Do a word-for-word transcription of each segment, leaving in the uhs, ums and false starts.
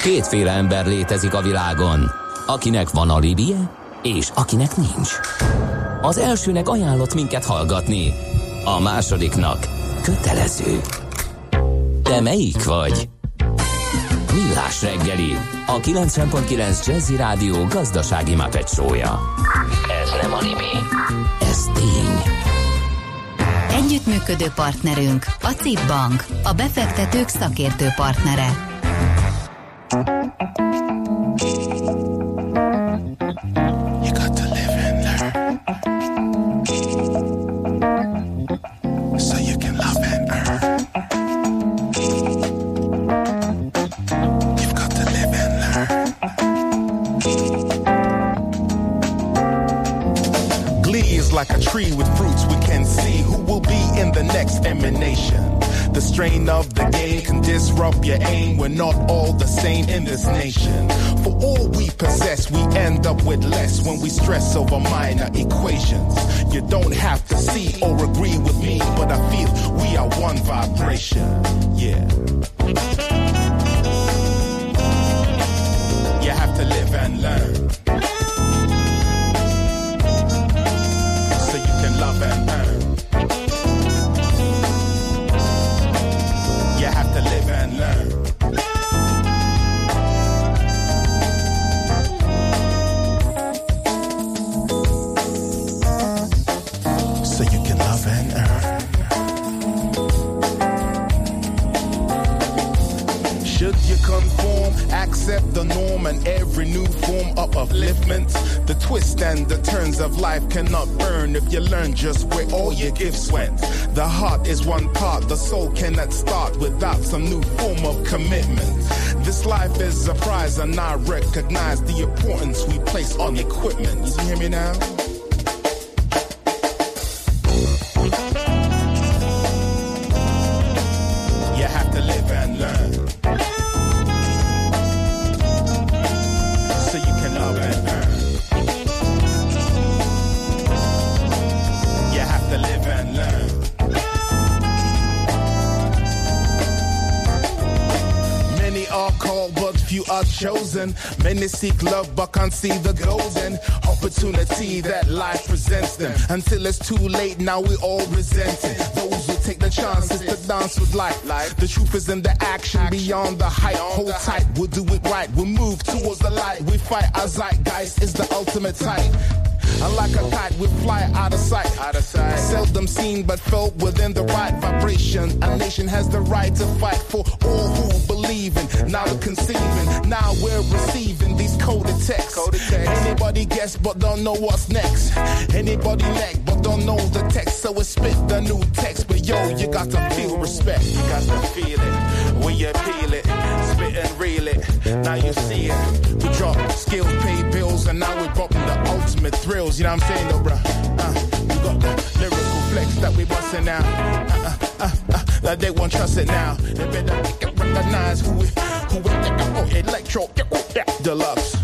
Kétféle ember létezik a világon, akinek van alibije, és akinek nincs. Az elsőnek ajánlott minket hallgatni, a másodiknak kötelező. Te melyik vagy? Millás reggeli, a kilencven pont kilenc Jazzy Rádió gazdasági Muppet show-ja. Ez nem anime, ez tény. Együttműködő partnerünk a cé i bé Bank, a befektetők szakértő partnere. Like a tree with fruits we can see who will be in the next emanation. The strain of the game can disrupt your aim. We're not all the same in this nation. For all we possess, we end up with less when we stress over minor equations. You don't have to see or agree with me, but I feel we are one vibration. Yeah. You have to live and learn. Love and earn. You have to live and learn. So you can love and earn. Should you conform, accept the norm and every new form of upliftment? The twist and the turns of life cannot burn if you learn just where all your gifts went. The heart is one part, the soul cannot start without some new form of commitment. This life is a prize and I recognize the importance we place on equipment. You hear me now? You have to live and learn. So you can love and earn. Live and learn. Many are called but few are chosen. Many seek love but can't see the golden opportunity that life presents them. Until it's too late, now we all resent it. Those who take the chances to dance with life. The truth is in the action, beyond the hype. Hold tight, we'll do it right. We'll move towards the light. We fight, our zeitgeist is the ultimate type. And like a kite, we fly out of sight. Out of sight. Seldom seen, but felt within the right vibration. A nation has the right to fight for all who believe in. Now we're conceiving, now we're receiving these coded texts. Coded text. Anybody guess, but don't know what's next. Anybody neck, but don't know the text. So we spit the new text. But yo, you got to feel respect. You got to feel it when you feel it. Spit and reel it. Now you see it. We drop skills, pay bills, and now we're dropping the ultimate thrill. You know what I'm saying, though, bruh? Uh, we got the lyrical flex that we bustin' now. Uh, uh, uh, uh, that they won't trust it now. They better recognize who we, who we, oh, electro, oh, yeah, deluxe.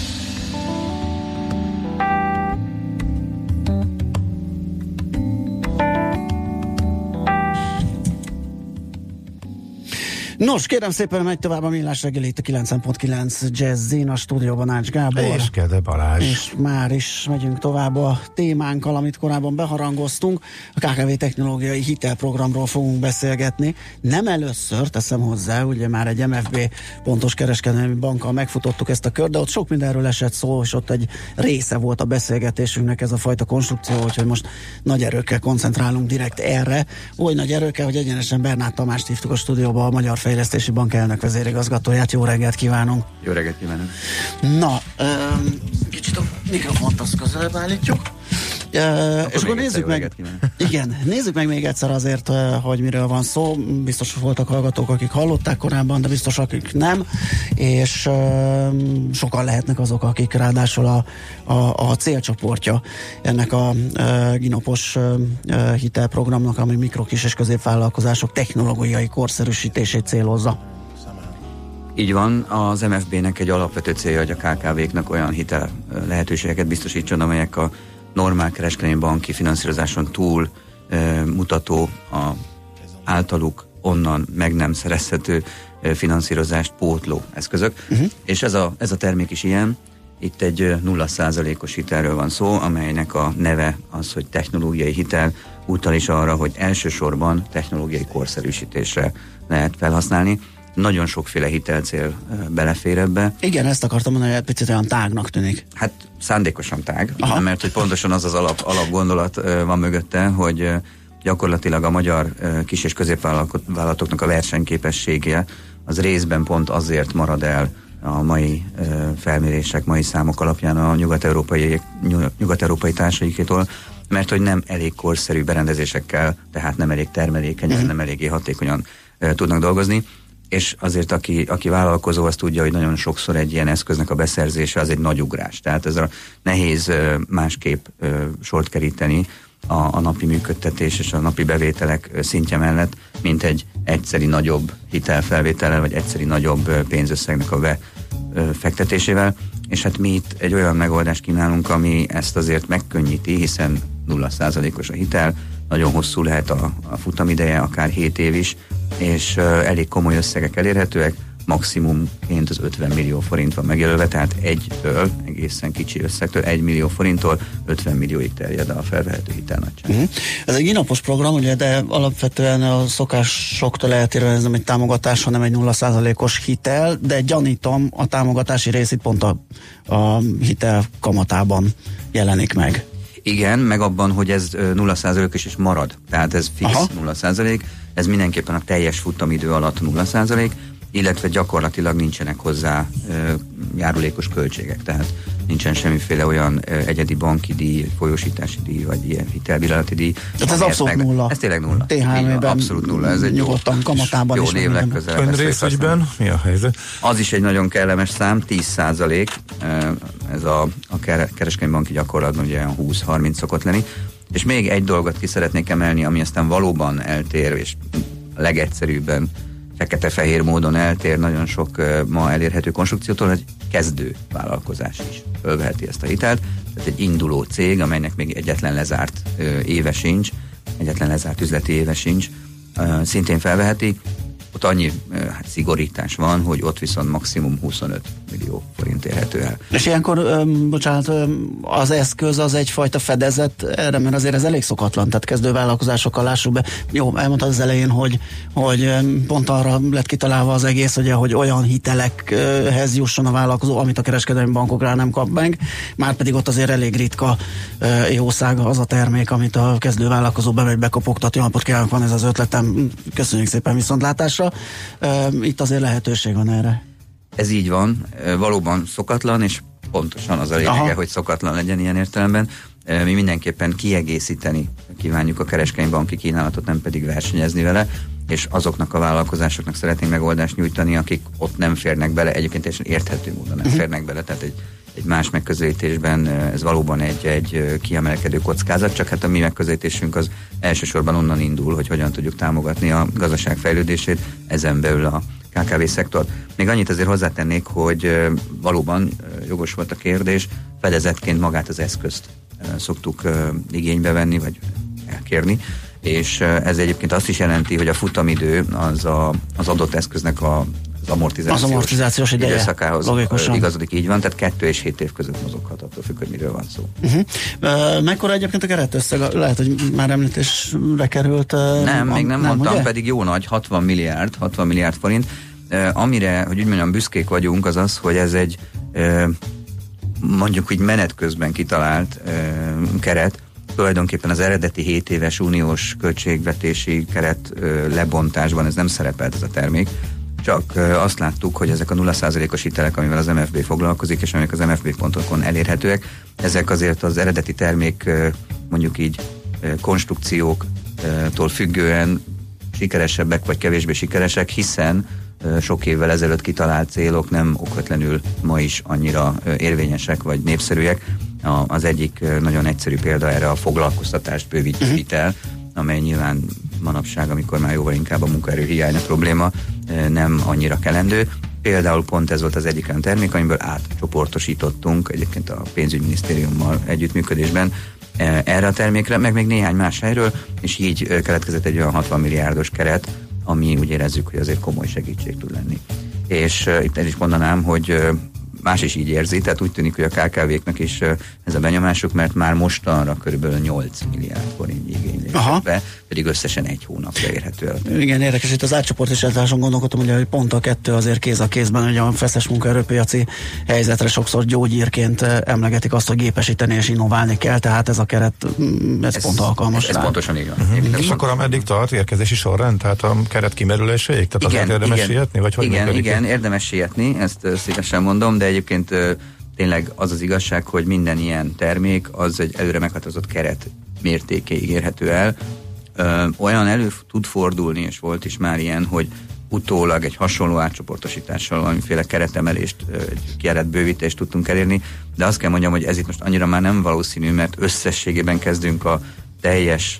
Nos, kérem szépen, megy tovább a Millás reggeli itt a kilencven pont kilenc Jazzin, a stúdióban Ács Gábor. És Kede Balázs. És már is megyünk tovább a témánkkal, amit korábban beharangoztunk. A ká ká vé technológiai hitelprogramról fogunk beszélgetni. Nem először, teszem hozzá, ugye már egy em ef bé pontos kereskedelmi bankkal megfutottuk ezt a kört, de ott sok mindenről esett szó, és ott egy része volt a beszélgetésünknek ez a fajta konstrukció, úgyhogy most nagy erőkkel koncentrálunk direkt erre. Oly nagy erőkkel, hogy egyenesen Bernát Tamást hívtuk a stúdióba, a Magyar Fejlesztési Bank elnök vezérigazgatóját. Jó reggelt kívánunk! Jó reggelt kívánunk! Na, um, kicsit a mikrofont azt közelebb állítjuk. Uh, és akkor nézzük meg, igen, nézzük meg még egyszer azért, uh, hogy miről van szó. Biztos voltak hallgatók, akik hallották korábban, de biztos akik nem, és uh, sokan lehetnek azok, akik ráadásul a, a, a célcsoportja ennek a uh, ginopos uh, hitelprogramnak, ami mikro, kis és középvállalkozások technológiai korszerűsítését célozza. Így van, az em ef bé-nek egy alapvető célja, hogy a ká ká véknak olyan hitel lehetőségeket biztosítson, amelyek a normál kereskedelmi banki finanszírozáson túl e, mutató, a általuk onnan meg nem szerezhető finanszírozást pótló eszközök, uh-huh. és ez a, ez a termék is ilyen. Itt egy nulla százalékos hitelről van szó, amelynek a neve az, hogy technológiai hitel, utal is arra, hogy elsősorban technológiai korszerűsítésre lehet felhasználni. Nagyon sokféle hitelcél belefér ebbe. Igen, ezt akartam mondani, hogy egy picit olyan tágnak tünik. Hát szándékosan tág, Aha. mert hogy pontosan az az alap, alapgondolat van mögötte, hogy gyakorlatilag a magyar kis- és középvállalatoknak a versenyképessége az részben pont azért marad el a mai felmérések, mai számok alapján a nyugat-európai, nyugat-európai társaikétól, mert hogy nem elég korszerű berendezésekkel, tehát nem elég termelékenyen, uh-huh. nem eléggé hatékonyan tudnak dolgozni, és azért aki, aki vállalkozó, az tudja, hogy nagyon sokszor egy ilyen eszköznek a beszerzése az egy nagy ugrás. Tehát ez a nehéz másképp sort keríteni a, a napi működtetés és a napi bevételek szintje mellett, mint egy egyszeri nagyobb hitelfelvétellel, vagy egyszeri nagyobb pénzösszegnek a befektetésével. És hát mi itt egy olyan megoldást kínálunk, ami ezt azért megkönnyíti, hiszen nulla százalékos a hitel, nagyon hosszú lehet a, a futamideje, akár hét év is, és uh, elég komoly összegek elérhetőek, maximumként az ötven millió forint van megjelölve, tehát egytől, egészen kicsi összegtől, egy millió forinttól ötven millióig terjed a felvehető hitelnagyság. Uh-huh. Ez egy inapos program, ugye, de alapvetően a szokásoktól eltérően ez nem egy támogatás, hanem egy nulla százalékos hitel, de gyanítom a támogatási részét pont a, a hitel kamatában jelenik meg. Igen, meg abban, hogy ez nulla százalékos is marad. Tehát ez fix Aha. nulla százalék, ez mindenképpen a teljes futamidő alatt nulla százalék, illetve gyakorlatilag nincsenek hozzá ö, járulékos költségek, tehát nincsen semmiféle olyan ö, egyedi banki díj, folyósítási díj, vagy ilyen hitelbírálati díj. Tehát ez abszolút meg, nulla. Ez tényleg nulla. té há em-ben abszolút nulla. Ez egy nyugodtan kamatában jó is. név legközelebb. Ön részügyben mi a helyzet? Az is egy nagyon kellemes szám, tíz százalék. Ez a, a kereskedelmi banki gyakorlatban ugye húsz-harminc szokott lenni. És még egy dolgot ki szeretnék emelni, ami aztán valóban eltér, és a legegyszerűbben fekete-fehér módon eltér nagyon sok uh, ma elérhető konstrukciótól, hogy kezdő vállalkozás is fölveheti ezt a hitelt. Tehát egy induló cég, amelynek még egyetlen lezárt uh, éve sincs, egyetlen lezárt üzleti éve sincs, uh, szintén felveheti. Ott annyi uh, hát szigorítás van, hogy ott viszont maximum huszonöt millió forint érhető el. És ilyenkor, öm, bocsánat, öm, az eszköz az egyfajta fedezet erre, mert azért ez elég szokatlan, tehát kezdővállalkozásokkal lássuk be. Jó, elmondtad az elején, hogy, hogy pont arra lett kitalálva az egész, ugye, hogy olyan hitelekhez jusson a vállalkozó, amit a kereskedelmi bankok rá nem kap meg, már pedig ott azért elég ritka jószága az a termék, amit a kezdővállalkozó bemegy, bekopogtat, jó napot kívánok, van ez az ötletem, köszönjük szépen viszontlátásra. Itt azért lehetőség van erre. Ez így van, valóban szokatlan, és pontosan az a lényege, Aha. hogy szokatlan legyen ilyen értelemben. Mi mindenképpen kiegészíteni kívánjuk a kereskedelmi banki kínálatot, nem pedig versenyezni vele, és azoknak a vállalkozásoknak szeretnénk megoldást nyújtani, akik ott nem férnek bele, egyébként teljesen érthető módon nem uh-huh. férnek bele, tehát egy, egy más megközelítésben ez valóban egy, egy kiemelkedő kockázat, csak hát a mi megközelítésünk az elsősorban onnan indul, hogy hogyan tudjuk támogatni a gazdaság fejlődését, ezen belül a ká ká vé szektor. Még annyit azért hozzátennék, hogy valóban jogos volt a kérdés, fedezetként magát az eszközt szoktuk igénybe venni, vagy elkérni, és ez egyébként azt is jelenti, hogy a futamidő az a, az adott eszköznek a az amortizációs, az amortizációs ideje időszakához logikusan igazodik, így van, tehát kettő és hét év között mozoghat, attól függ, hogy miről van szó. Uh-huh. Uh, mekkora egyébként a keretösszeg? Lehet, hogy már említésre került. Uh, nem, a, még nem, nem mondtam, ugye? Pedig jó nagy, hatvan milliárd, hatvan milliárd forint. Uh, amire, hogy úgy mondjam, büszkék vagyunk, az az, hogy ez egy uh, mondjuk úgy menet közben kitalált uh, keret, tulajdonképpen az eredeti hét éves uniós költségvetési keret uh, lebontásban ez nem szerepelt ez a termék, csak uh, azt láttuk, hogy ezek a nulla százalékos hitelek, amivel az em ef bé foglalkozik, és amik az em ef bé pontokon elérhetőek, ezek azért az eredeti termék uh, mondjuk így uh, konstrukcióktól függően sikeresebbek vagy kevésbé sikeresek, hiszen uh, sok évvel ezelőtt kitalált célok nem okvetlenül ma is annyira uh, érvényesek vagy népszerűek. A, az egyik uh, nagyon egyszerű példa erre a foglalkoztatást bővítő hitel, amely nyilván manapság, amikor már jóval inkább a munkaerő hiány a probléma, nem annyira kelendő. Például pont ez volt az egyik olyan termék, amiből átcsoportosítottunk egyébként a pénzügyminisztériummal együttműködésben erre a termékre, meg még néhány más helyről, és így keletkezett egy olyan hatvan milliárdos keret, ami úgy érezzük, hogy azért komoly segítség tud lenni. És uh, itt el is mondanám, hogy uh, más is így érzi, tehát úgy tűnik, hogy a ká ká vé-knek is uh, ez a benyomásuk, mert már mostanra körülbelül nyolc milliárd forint igénylésbe, pedig összesen egy hónapja érhető el. Igen, érdekes, itt az átcsoportosításon gondolkodtam, ugye, hogy pont a kettő azért kéz a kézben, hogy a feszes munkaerőpiaci helyzetre sokszor gyógyírként emlegetik azt, hogy gépesíteni és innoválni kell, tehát ez a keret, ez, ez pont alkalmas. Ez, ez pontosan így van. Uh-huh. És akkor ameddig tart érkezési sorrend, tehát a keret kimerüléséig? Tehát igen, azért érdemes igen, sietni? Vagy hogy igen, igen, el? érdemes sietni, ezt szívesen mondom, de egyébként tényleg az az igazság, hogy minden ilyen termék az egy előre meghatározott keret mértékéig érhető el. Ö, olyan elő tud fordulni, és volt is már ilyen, hogy utólag egy hasonló átcsoportosítással valamiféle keretemelést, egy keretbővítést tudtunk elérni, de azt kell mondjam, hogy ez itt most annyira már nem valószínű, mert összességében kezdünk a teljes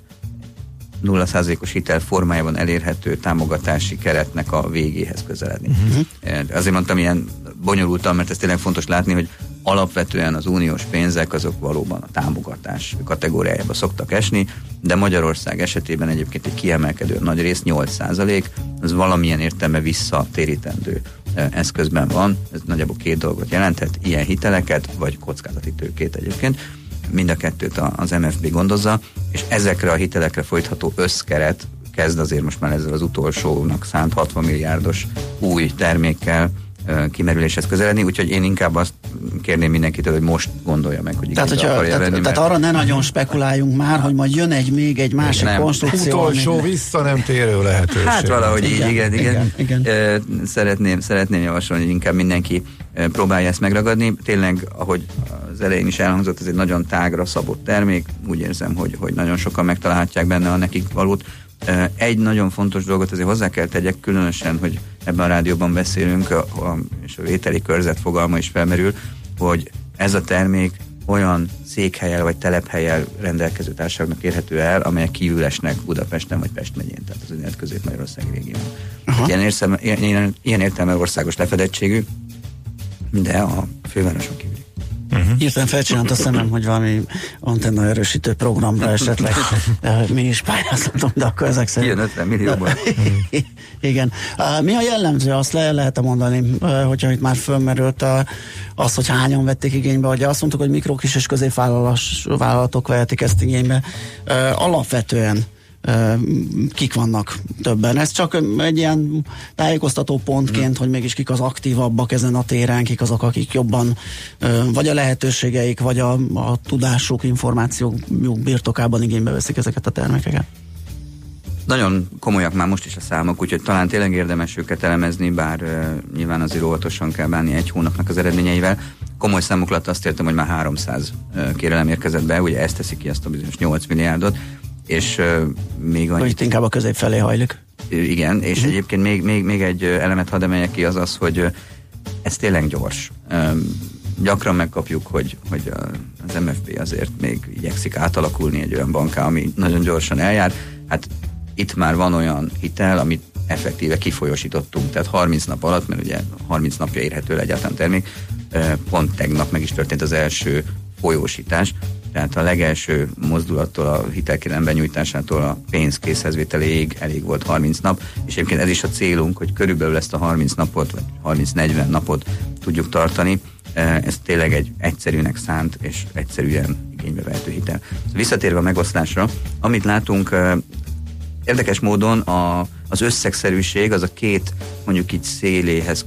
nulla százalékos hitel formájában elérhető támogatási keretnek a végéhez közeledni. Uh-huh. Azért mondtam ilyen bonyolultan, mert ez tényleg fontos látni, hogy alapvetően az uniós pénzek azok valóban a támogatás kategóriájába szoktak esni, de Magyarország esetében egyébként egy kiemelkedő nagy rész, nyolc százalék, az valamilyen értelme visszatérítendő eszközben van. Ez nagyjából két dolgot jelenthet, ilyen hiteleket, vagy kockázati tőkét egyébként. Mind a kettőt az em ef bé gondozza, és ezekre a hitelekre folytható összkeret kezd azért most már ezzel az utolsónak szánt hatvan milliárdos új termékkel kimerüléshez közeledni, úgyhogy én inkább azt kérném mindenkitől, hogy most gondolja meg, hogy tehát, hogyha, akarja tehát, venni. Tehát mert... arra ne nagyon spekuláljunk már, hogy majd jön egy még egy másik nem. konstrukció. Utolsó vissza nem térő lehetőség. Hát valahogy igen, így, igen, igen. igen, igen. Szeretném, szeretném javasolni, hogy inkább mindenki próbálja ezt megragadni. Tényleg, ahogy az elején is elhangzott, ez egy nagyon tágra szabott termék. Úgy érzem, hogy, hogy nagyon sokan megtalálhatják benne a nekik valót. Egy nagyon fontos dolgot azért hozzá kell tegyek, különösen, hogy ebben a rádióban beszélünk, a, a, és a vételi körzet fogalma is felmerül, hogy ez a termék olyan székhelyel vagy telephelyel rendelkező társaságnak érhető el, amelyek kívül esnek Budapesten vagy Pest megyén, tehát az úgynevezett Közép-Magyarországi régióban. Ilyen, értelme, ilyen, ilyen értelme országos lefedettségű, de a fővároson kívül. Uh-huh. Írtam, felcsinált a szemem, hogy valami antenna erősítő programra esetleg mi is pályázhatunk, de akkor ezek szerint... Ilyen ötven millióban. Igen. Mi a jellemző? Azt le lehet mondani, hogyha itt már fölmerült az, hogy hányan vették igénybe, ugye azt mondtuk, hogy mikro, kis és középvállalatok vehetik ezt igénybe. Alapvetően kik vannak többen. Ez csak egy ilyen tájékoztató pontként, hogy mégis kik az aktívabbak ezen a téren, kik azok, akik jobban vagy a lehetőségeik, vagy a, a tudásuk, információk birtokában igénybe veszik ezeket a termékeket. Nagyon komolyak már most is a számok, úgyhogy talán tényleg érdemes őket elemezni, bár uh, nyilván azért óvatosan kell bánni egy hónapnak az eredményeivel. Komoly számok alatt azt értem, hogy már háromszáz uh, kérelem érkezett be, ugye ez teszi ki azt a bizonyos nyolc milliárdot, és uh, még annyit... Itt inkább a közép felé hajlik. Uh, igen, és uh-huh. egyébként még, még, még egy elemet hadd emeljek ki, az az, hogy uh, ez tényleg gyors. Um, gyakran megkapjuk, hogy, hogy az em ef bé azért még igyekszik átalakulni egy olyan banká, ami nagyon gyorsan eljár. Hát itt már van olyan hitel, amit effektíve kifolyósítottunk, tehát harminc nap alatt, mert ugye harminc napja érhető le egyáltalán termék, pont tegnap meg is történt az első folyósítás, tehát a legelső mozdulattól, a hitelkérelem benyújtásától a pénzkészhezvételéig elég volt harminc nap, és egyébként ez is a célunk, hogy körülbelül ezt a harminc napot, vagy harminc-negyven napot tudjuk tartani. Ez tényleg egy egyszerűnek szánt, és egyszerűen igénybe vehető hitel. Visszatérve a megoszlásra, amit látunk, érdekes módon a, az összegszerűség az a két mondjuk így széléhez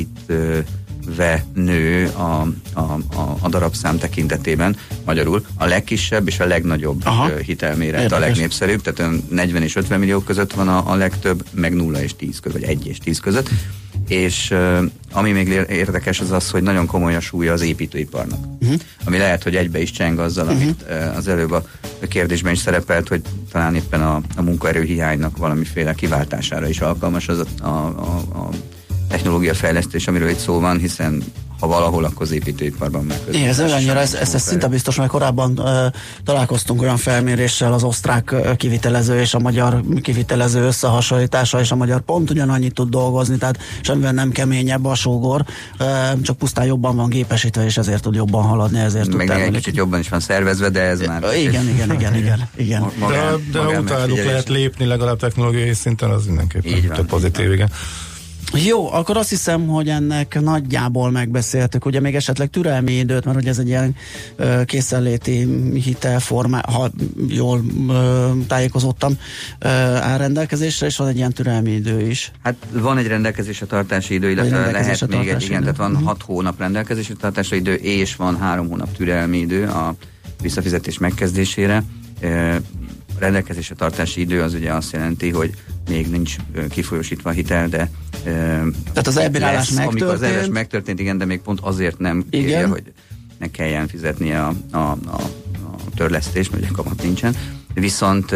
közelítve nő a, a, a, a darabszám tekintetében, magyarul a legkisebb és a legnagyobb Aha. hitelméret érdekes. A legnépszerűbb, tehát negyven és ötven millió között van a, a legtöbb, meg nulla és tíz között, vagy egy és tíz között. És uh, ami még érdekes az az, hogy nagyon komoly a súlya az építőiparnak. Uh-huh. Ami lehet, hogy egybe is cseng azzal, uh-huh. amit uh, az előbb a kérdésben is szerepelt, hogy talán éppen a, a munkaerő hiánynak valamiféle kiváltására is alkalmas az a, a, a, a technológia fejlesztés, amiről itt szó van, hiszen ha valahol, akkor az építőiparban megközelítés. Igen, ez olyannyira, ez, ez, ez szinte biztos, mert korábban uh, találkoztunk olyan felméréssel az osztrák uh, kivitelező és a magyar kivitelező összehasonlítása, és a magyar pont ugyanannyit tud dolgozni, tehát semmivel nem keményebb a sógor, uh, csak pusztán jobban van gépesítve, és ezért tud jobban haladni, ezért tud termelni. Meg egy kicsit jobban is van szervezve, de ez már... Igen, igen, igen, igen, igen. Magán, de de utáluk lehet lépni legalább technológiai szinten, az mindenképpen több pozitív, igen. Jó, akkor azt hiszem, hogy ennek nagyjából megbeszéltük, ugye még esetleg türelmi időt, mert ugye ez egy ilyen ö, készenléti hitelforma, ha jól ö, tájékozottam, ö, áll rendelkezésre, és van egy ilyen türelmi idő is. Hát van egy rendelkezésre tartási idő, illetve lehet még egy, igen, tehát van uh-huh. hat hónap rendelkezésre tartási idő, és van három hónap türelmi idő a visszafizetés megkezdésére. A rendelkezésre tartási idő az ugye azt jelenti, hogy még nincs kifolyósítva a hitel, de tehát az elbírálás megtörtént. Amikor az elbírálás megtörtént, igen, de még pont azért nem kérje, hogy ne kelljen fizetnie a, a, a, a törlesztést, mert ugye kamat nincsen. Viszont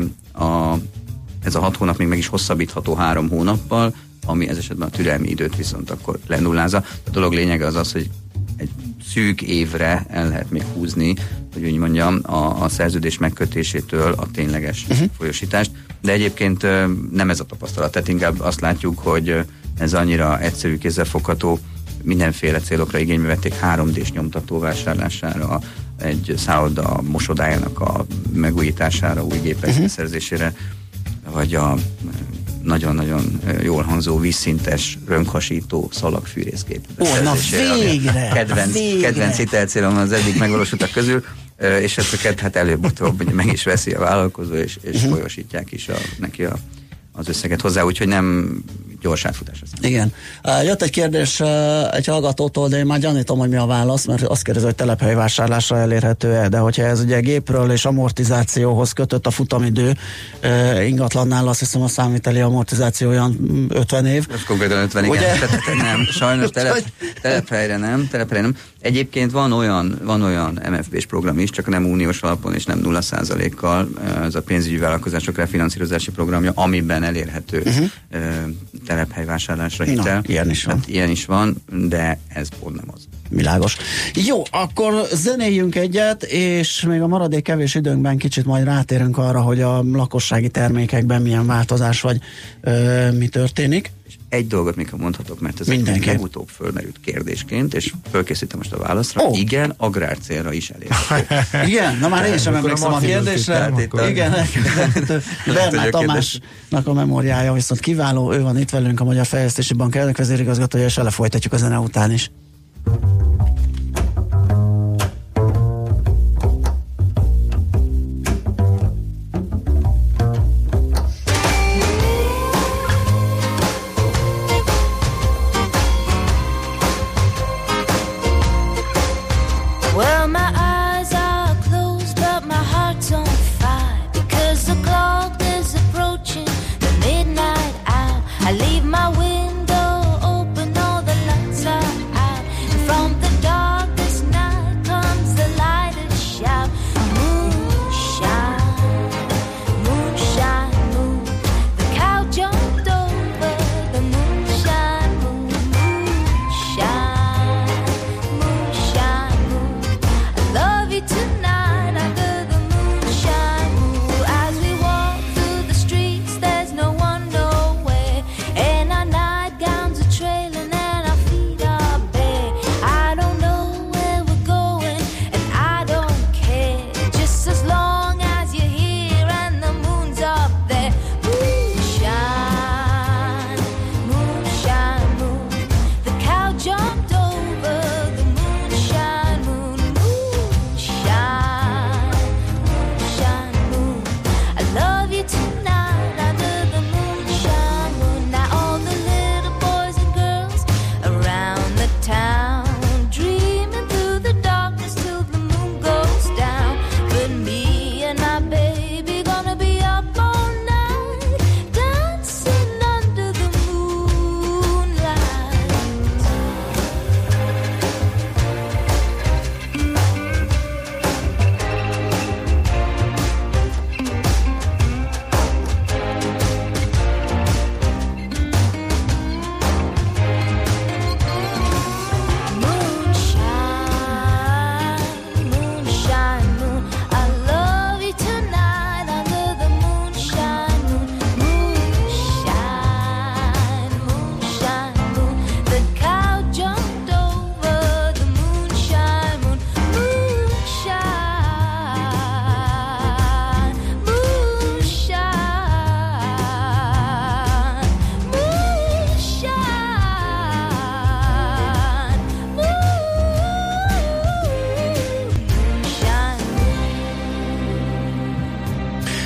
a, ez a hat hónap még meg is hosszabbítható három hónappal, ami ez esetben a türelmi időt viszont akkor lenullázza. A dolog lényege az az, hogy egy szűk évre el lehet még húzni, hogy úgy mondjam, a, a szerződés megkötésétől a tényleges uh-huh. folyosítást. De egyébként nem ez a tapasztalat, tehát inkább azt látjuk, hogy ez annyira egyszerű, kézzelfogható, mindenféle célokra igénybe vették három dés nyomtató vásárlására, egy szálloda mosodájának a megújítására, új gépek uh-huh. szerzésére, vagy a nagyon-nagyon jól hangzó vízszintes rönkhasító szalagfűrészgép. Ó, na végre! Kedvenc, végre. kedvenc hitelcélom az eddig megvalósultak közül, és ezeket hát előbb-utóbb meg is veszi a vállalkozó, és, és uh-huh. folyosítják is a, neki a, az összeget hozzá, úgyhogy nem gyors átfutás. Igen. Uh, jött egy kérdés uh, egy hallgatótól, de én már gyanítom, hogy mi a válasz, mert azt kérdezi, hogy telephelyvásárlásra elérhető-e, de hogyha ez ugye gépről és amortizációhoz kötött a futamidő, uh, ingatlannál azt hiszem a számviteli amortizáció olyan ötven év. Ez konkrétan ötven, igen. Nem, sajnos telep, telephelyre nem, telephelyre nem. Egyébként van olyan, van olyan em ef bé-s program is, csak nem uniós alapon és nem nulla százalékkal, ez a pénzügyi vállalkozások refinanszírozási programja, amiben elérhető uh-huh. telephelyvásárlásra hitel. Na, ilyen is van. Hát ilyen is van, de ez pont nem az. Világos. Jó, akkor zenéljünk egyet, és még a maradék kevés időnkben kicsit majd rátérünk arra, hogy a lakossági termékekben milyen változás vagy ö, mi történik. És egy dolgot még mondhatok, mert ez egy legutóbb fölmerült kérdésként, és fölkészítem most a válaszra. Oh. Igen, agrárcélra is elérhető. Igen, na már én sem emlékszem a kérdésre. Igen, Bernát Tamásnak a memóriája viszont kiváló, ő van itt velünk, a Magyar Fejlesztési Bank elnök vezérigazgatója, és vele folytatjuk a zene után is. I leave my window open, all the lights are out.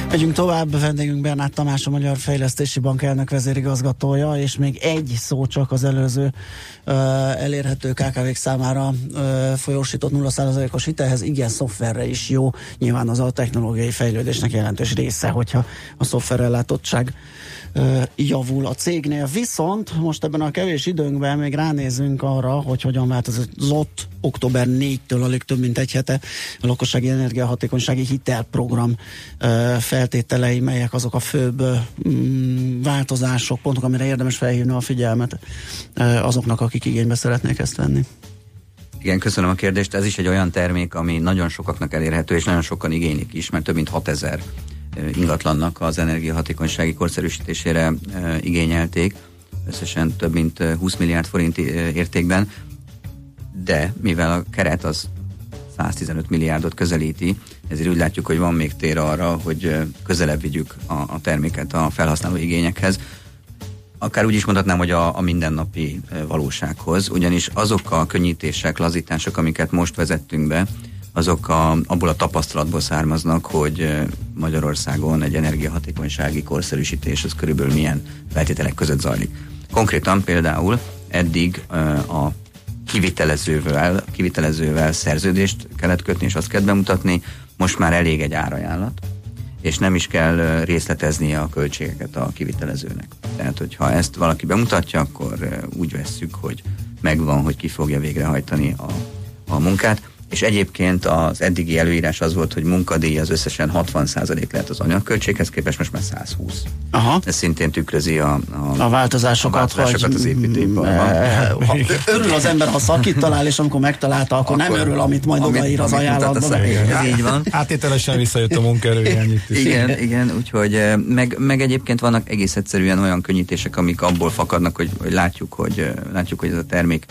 Megyünk tovább, vendégünk Bernát Tamás, a Magyar Fejlesztési Bank elnök vezérigazgatója, és még egy szó csak az előző uh, elérhető ká ká vék számára uh, folyósított nulla százalékos hitelhez, igen, szoftverre is jó, nyilván az a technológiai fejlődésnek jelentős része, hogyha a szoftverellátottság uh, javul a cégnél. Viszont most ebben a kevés időnkben még ránézünk arra, hogy hogyan változott október negyedikétől alig több mint egy hete a lakossági energiahatékonysági hitelprogram uh, feltételei, melyek azok a főbb mm, változások, pontok, amire érdemes felhívni a figyelmet uh, azoknak, akik igénybe szeretnék ezt venni. Igen, köszönöm a kérdést. Ez is egy olyan termék, ami nagyon sokaknak elérhető, és nagyon sokan igénylik is, mert több mint hatezer ingatlannak az energiahatékonysági korszerűsítésére igényelték, összesen több mint húsz milliárd forint értékben, de mivel a keret az száztizenöt milliárdot közelíti, ezért úgy látjuk, hogy van még tér arra, hogy közelebb vigyük a, a terméket a felhasználó igényekhez. Akár úgy is mondhatnám, hogy a, a mindennapi valósághoz, ugyanis azok a könnyítések, lazítások, amiket most vezettünk be, azok a, abból a tapasztalatból származnak, hogy Magyarországon egy energiahatékonysági korszerűsítés az körülbelül milyen feltételek között zajlik. Konkrétan például eddig a kivitelezővel, kivitelezővel szerződést kellett kötni, és azt kellett bemutatni, most már elég egy árajánlat, és nem is kell részleteznie a költségeket a kivitelezőnek. Tehát, hogyha ezt valaki bemutatja, akkor úgy vesszük, hogy megvan, hogy ki fogja végrehajtani a, a munkát, és egyébként az eddigi előírás az volt, hogy munkadíj az összesen hatvan százalék lehet az anyagköltséghez képest, most már száz húsz. Aha. Ez szintén tükrözi a, a, a változásokat, a változásokat az építőiparban. Örül az ember, ha szakít talál, és amikor megtalálta, akkor, akkor nem örül, amit majd amit, odaír az ajánlatban. Ez így van. Áttételesen visszajött a munkaerő. Igen, igen, úgyhogy meg, meg egyébként vannak egész egyszerűen olyan könnyítések, amik abból fakadnak, hogy, hogy látjuk, hogy látjuk, hogy ez a termék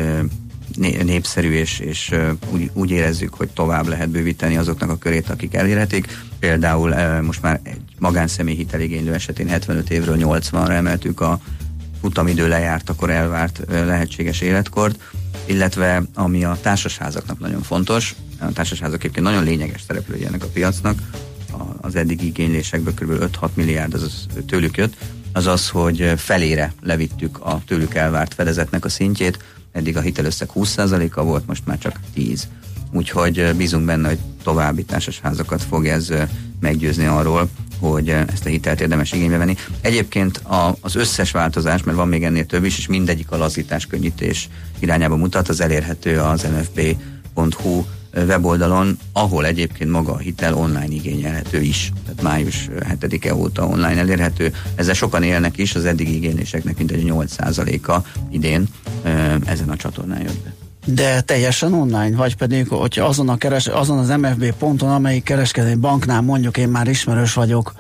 népszerű, és, és úgy, úgy érezzük, hogy tovább lehet bővíteni azoknak a körét, akik elérhetik. Például most már egy magánszemély hiteligénylő esetén hetvenöt évről nyolcvanra emeltük a futamidő lejárt, akkor elvárt lehetséges életkort, illetve ami a társasházaknak nagyon fontos, a társasházak egyébként nagyon lényeges szereplői ennek a piacnak, az eddigi igénylésekből kb. öt-hat milliárd az, az tőlük jött, az az, hogy felére levittük a tőlük elvárt fedezetnek a szintjét. Eddig a hitelösszeg húsz százaléka volt, most már csak tíz. Úgyhogy bízunk benne, hogy további társasházakat fog ez meggyőzni arról, hogy ezt a hitelt érdemes igénybe venni. Egyébként a, az összes változás, mert van még ennél több is, és mindegyik a lazítás, könnyítés irányába mutat, az elérhető az em ef bé pont hú weboldalon, ahol egyébként maga a hitel online igényelhető is. Tehát május hetedike óta online elérhető. Ezzel sokan élnek is, az eddigi igényléseknek mintegy nyolc százaléka idén ezen a csatornán jött be. De teljesen online? Vagy pedig, hogyha azon, a keres, azon az em ef bé ponton, amelyik kereskedelmi banknál mondjuk én már ismerős vagyok,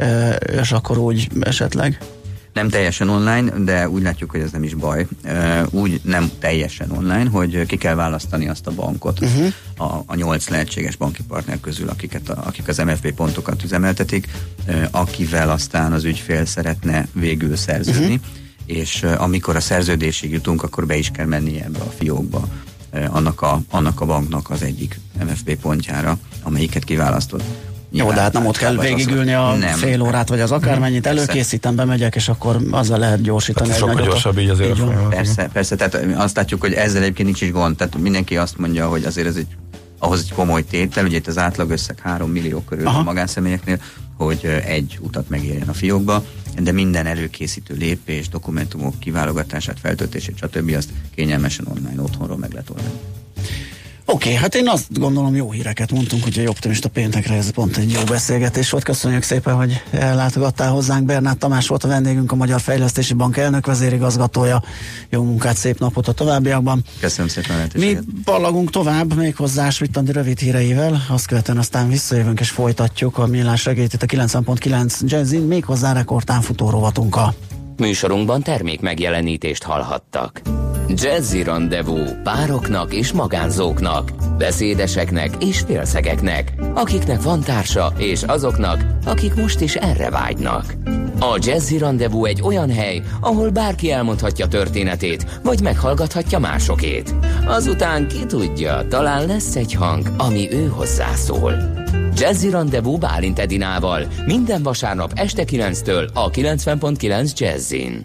és akkor úgy esetleg? Nem teljesen online, de úgy látjuk, hogy ez nem is baj. Úgy nem teljesen online, hogy ki kell választani azt a bankot uh-huh. a, a nyolc lehetséges banki partner közül, akiket a, akik az em ef bé pontokat üzemeltetik, akivel aztán az ügyfél szeretne végül szerződni, uh-huh. és amikor a szerződésig jutunk, akkor be is kell mennie ebbe a fiókba annak a, annak a banknak az egyik em ef bé pontjára, amelyiket kiválasztott. Jó, de hát nem ott kell végigülni a nem. fél órát, vagy az akármennyit, előkészítem, bemegyek, és akkor azzal lehet gyorsítani. Hát sokkal gyorsabb így azért. Így persze, persze, tehát azt látjuk, hogy ezzel egyébként nincs is gond, tehát mindenki azt mondja, hogy azért ez egy, ahhoz egy komoly tétel, ugye itt az átlagösszeg három millió körül a magánszemélyeknél, hogy egy utat megérjen a fiókba, de minden előkészítő lépés, dokumentumok kiválogatását, feltöltését, stb. Azt kényelmesen online otthonról meg lehet oldani. Oké, okay, hát én azt gondolom, jó híreket mondtunk, hogy egy optimista péntekre ez pont egy jó beszélgetés volt. Köszönjük szépen, hogy ellátogattál hozzánk. Bernát Tamás volt a vendégünk, a Magyar Fejlesztési Bank elnök vezérigazgatója. Jó munkát, szép napot a továbbiakban. Köszönöm szépen a lehetőséget. Mi ballagunk tovább, méghozzá Svittandi rövid híreivel, azt követően aztán visszajövünk és folytatjuk a millás reggelyt itt a kilencven pont kilenc Jazzin, méghozzá rekordtán futó rovatunkkal. Műsorunkban termék megjelenítést hallhattak. Jazzy Rendezvú pároknak és magánzóknak, beszédeseknek és félszegeknek, akiknek van társa, és azoknak, akik most is erre vágynak. A Jazzy Rendezvú egy olyan hely, ahol bárki elmondhatja történetét, vagy meghallgathatja másokét. Azután ki tudja, talán lesz egy hang, ami ő hozzászól. Jazzy Rendezvous Bálint Edinával minden vasárnap este kilenctől a kilencven pont kilenc Jazzin.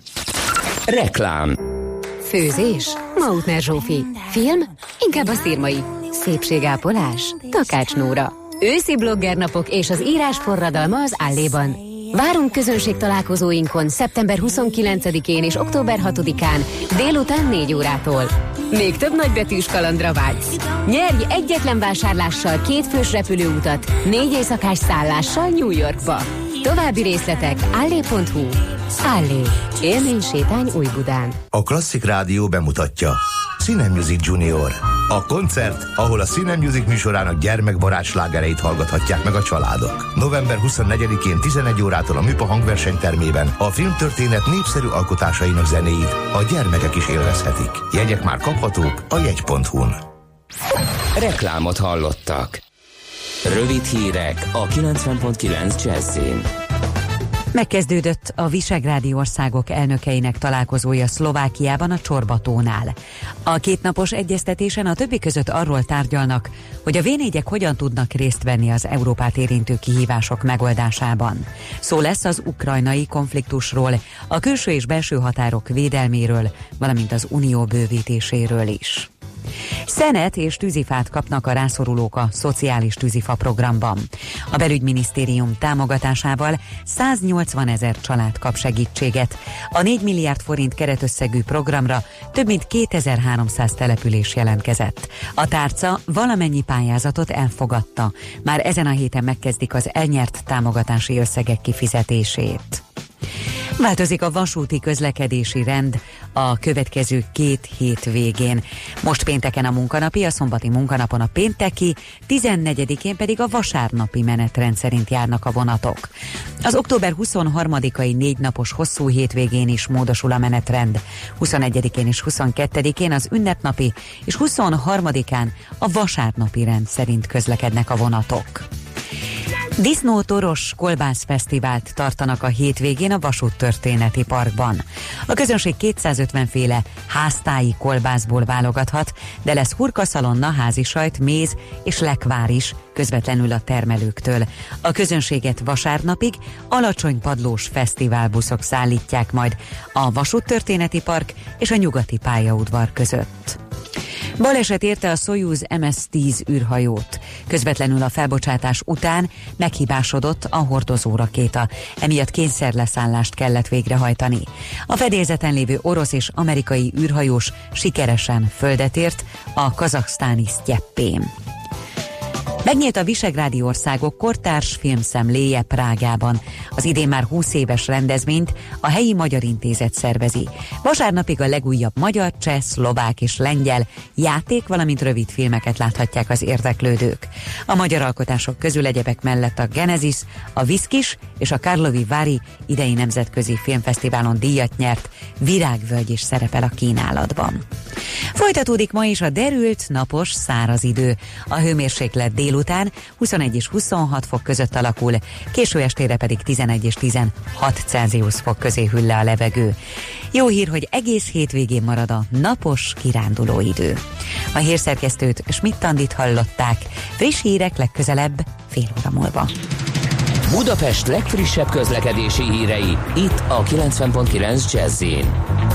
Reklám. Főzés? Mautner Zsófi. Film? Inkább a szirmai. Szépségápolás? Takács Nóra. Őszi bloggernapok és az írás forradalma az Álléban. Várunk közönség találkozóinkon szeptember huszonkilencedikén és október hatodikán délután négy órától. Még több nagybetűs kalandra vágysz. Nyerj egyetlen vásárlással kétfős repülőutat, négy éjszakás szállással New Yorkba. További részletek állé pont hu. Állé. Élmény sétány Újbudán. A Klasszik Rádió bemutatja Cine Music Junior. A koncert, ahol a Cine Music műsorának gyermekbarát slágereit hallgathatják meg a családok. november huszonnegyedikén tizenegy órától a Műpa hangversenytermében a filmtörténet népszerű alkotásainak zenéit a gyermekek is élvezhetik. Jegyek már kaphatók a jegy pont hu-n. Reklámot hallottak. Rövid hírek a kilencven pont kilenc Jazzin. Megkezdődött a visegrádi országok elnökeinek találkozója Szlovákiában a Csorbatónál. A kétnapos egyeztetésen a többi között arról tárgyalnak, hogy a vé négyek hogyan tudnak részt venni az Európát érintő kihívások megoldásában. Szó lesz az ukrajnai konfliktusról, a külső és belső határok védelméről, valamint az unió bővítéséről is. Szenet és tűzifát kapnak a rászorulók a szociális tűzifa programban. A belügyminisztérium támogatásával száznyolcvanezer család kap segítséget. A négy milliárd forint keretösszegű programra több mint kétezer-háromszáz település jelentkezett. A tárca valamennyi pályázatot elfogadta. Már ezen a héten megkezdik az elnyert támogatási összegek kifizetését. Változik a vasúti közlekedési rend a következő két hét végén. Most pénteken a munkanapi, a szombati munkanapon a pénteki, tizennegyedikén pedig a vasárnapi menetrend szerint járnak a vonatok. Az október huszonharmadikai négy napos hosszú hétvégén is módosul a menetrend. huszonegyedikén és huszonkettedikén az ünnepnapi és huszonharmadikán a vasárnapi rend szerint közlekednek a vonatok. Disznótoros kolbászfesztivált tartanak a hétvégén a Vasúttörténeti Parkban. A közönség kétszázötven féle háztáji kolbászból válogathat, de lesz hurkaszalonna, házisajt, méz és lekvár is közvetlenül a termelőktől. A közönséget vasárnapig alacsony padlós fesztiválbuszok szállítják majd a Vasúttörténeti Park és a Nyugati pályaudvar között. Baleset érte a Szojuz em es tíz űrhajót. Közvetlenül a felbocsátás után meghibásodott a hordozó rakéta, emiatt kényszerleszállást kellett végrehajtani. A fedélzeten lévő orosz és amerikai űrhajós sikeresen földet ért a kazaksztáni Sztyeppén. Megnyílt a visegrádi országok kortárs filmszemléje Prágában. Az idén már húsz éves rendezvényt a helyi Magyar Intézet szervezi. Vasárnapig a legújabb magyar, cseh, szlovák és lengyel játék, valamint rövid filmeket láthatják az érdeklődők. A magyar alkotások közül egyebek mellett a Genesis, a Viszkis és a Karlovy Vary idei nemzetközi filmfesztiválon díjat nyert Virágvölgy is szerepel a kínálatban. Folytatódik ma is a derült, napos, száraz idő. A hőmérséklet délután huszonegy és huszonhat fok között alakul, késő estére pedig tizenegy és tizenhat Celsius fok közé hűl le a levegő. Jó hír, hogy egész hétvégén marad a napos, kiránduló idő. A hírszerkesztőt, Schmidt-Andit hallották. Friss hírek legközelebb fél óra múlva. Budapest legfrissebb közlekedési hírei, itt a kilencven pont kilenc Jazz-in.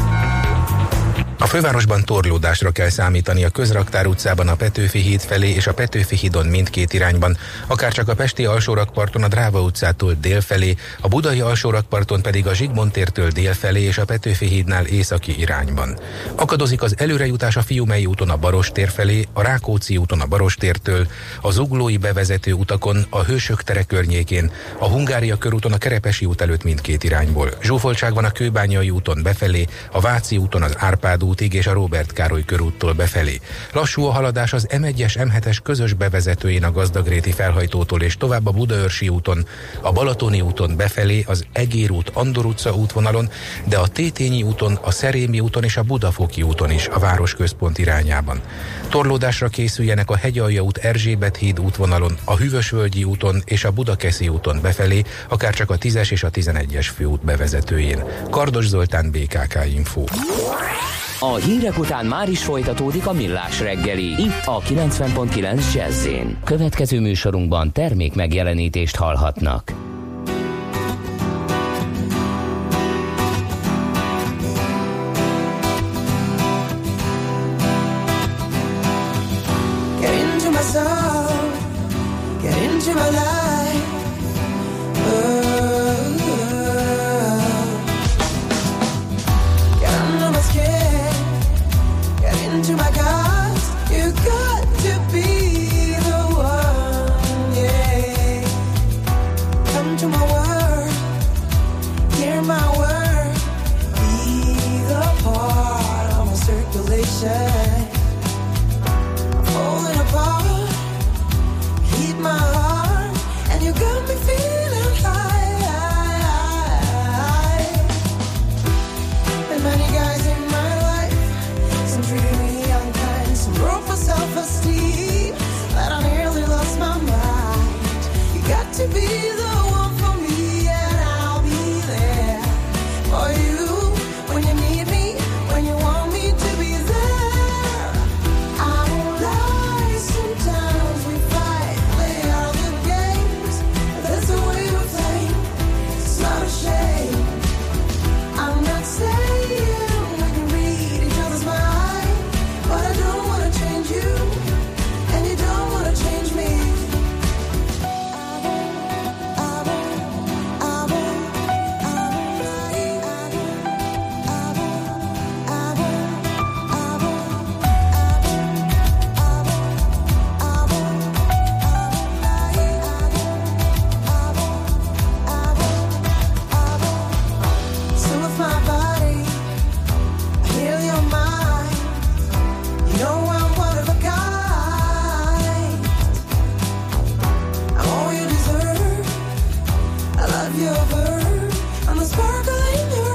A fővárosban torlódásra kell számítani a Közraktár utcában a Petőfi híd felé és a Petőfi hídon mindkét irányban, akárcsak a pesti alsórakparton a Dráva utcától dél felé, a budai alsórakparton pedig a Zsigmond tértől dél felé és a Petőfi hídnál északi irányban. Akadozik az előrejutás a Fiumei úton a Barostér felé, a Rákóczi úton a Barostértől, a Zuglói bevezető utakon, a Hősök tere környékén, a Hungária körúton a Kerepesi út előtt mindkét irányból. Zsúfoltság van a Kőbányai úton befelé, a Váci úton az Árpád útig és a Róbert Károly körúttól befelé. Lassú a haladás az em egyes em hetes közös bevezetőjén a Gazdagréti felhajtótól és tovább a Budaörsi úton, a Balatoni úton befelé, az Egér út, Andor utca útvonalon, de a Tétényi úton, a Szerémi úton és a Budafoki úton is a városközpont irányában. Torlódásra készüljenek a Hegyalja út, Erzsébet híd útvonalon, a Hűvösvölgyi úton és a Budakeszi úton befelé, akárcsak a tízes és a tizenegyes főút bevezetőjén. Kardos Zoltán, bé ká ká Info. A hírek után már is folytatódik a Millás reggeli, itt a kilencven pont kilenc Jazz-én. Következő műsorunkban termék megjelenítést hallhatnak. Get into my soul, get into my life. Oh, get under my skin, get into my guts. You got to be the one, yeah. Come to my world, hear my word. Be the part of my circulation. Falling apart, keep my heart, and you got me feeling high. And many guys in my life, some treated me unkind, some broke for self-esteem, but I nearly lost my mind. You got to be the one for me, and I'll be there for you when you need me, when you want me to be there. I won't lie, sometimes we fight, play all the games, but that's the way we play. It's not a shame. I'm not saying we can read each other's mind, but I don't wanna change you, and you don't wanna change me. I won't, I won't, I won't, I won't lie. I won't, I won't, I won't, I won't, I won't, I won't, I won't, I won't lie. I won't, I won't, I won't. Soothe my body, heal your mind. You know I'm one of a kind. I'm all you deserve. I love your verve and the sparkle in your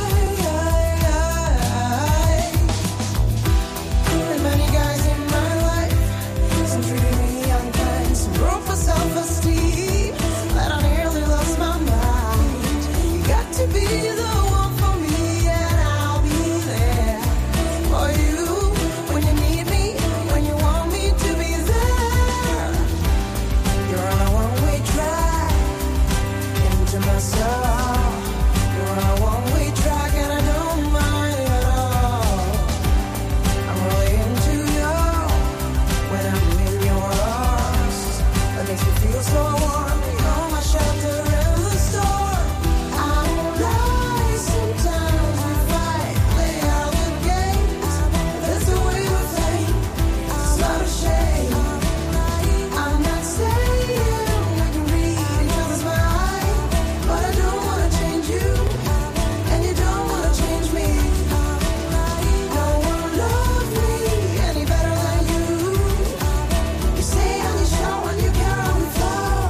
eyes. And many guys in my life, some treated me unkind, some broke for self-esteem, but I nearly lost my mind. You got to be the one for me, and I'll be there for you when you need me, when you want me to be there. You're on a one-way track into my soul. You're on a one-way track, and I don't mind at all. I'm really into you when I'm in your arms. That makes me feel so warm. You're my shelter in the storm. I won't lie, sometimes we fight, play all the games, but that's the way we play. It's not a shame. I'm not saying we can read each other's mind, but I don't wanna change you, and you don't wanna change me. No one loves me any better than you. You say and you show and you care how we flow.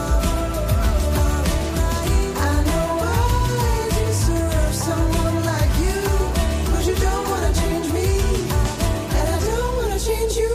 I know I deserve someone like you, but you don't wanna change me, and I don't wanna change you.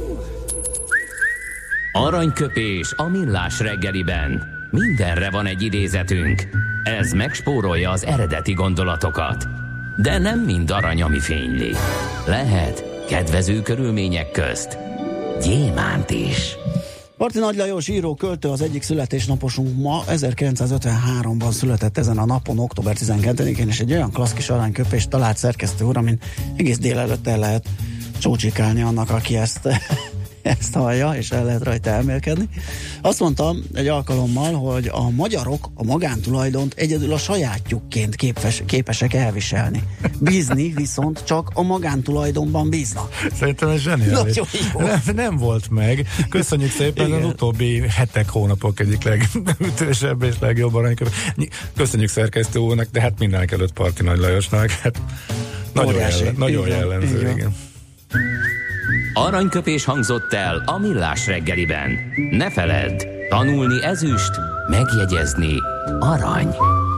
Aranyköpés a Millás reggeliben. Mindenre van egy idézetünk. Ez megspórolja az eredeti gondolatokat. De nem mind arany, ami fényli. Lehet kedvező körülmények közt gyémánt is. Marti Nagy Lajos író, költő, az egyik születésnaposunk ma. ezerkilencszázötvenháromban született ezen a napon, október tizenkettedikén, és egy olyan klassz kis aranyköpést talált szerkesztő úr, amin egész délelőtt el lehet csócsikálni annak, aki ezt, ezt hallja, és el lehet rajta elmélkedni. Azt mondtam egy alkalommal, hogy a magyarok a magántulajdont egyedül a sajátjukként képes, képesek elviselni. Bízni viszont csak a magántulajdonban bíznak. Szerintem ez zseniális. Nem, nem volt meg. Köszönjük szépen. Igen. Az utóbbi hetek, hónapok egyik legütősebb és legjobb aranyköpés. Köszönjük szerkesztő úrnak, de hát mindenek előtt Parti Nagy Lajosnak. Hát nagyon, jellen, nagyon jellemző. Igen. Igen. Aranyköpés hangzott el a Millás reggeliben. Ne feledd, tanulni ezüst, megjegyezni arany.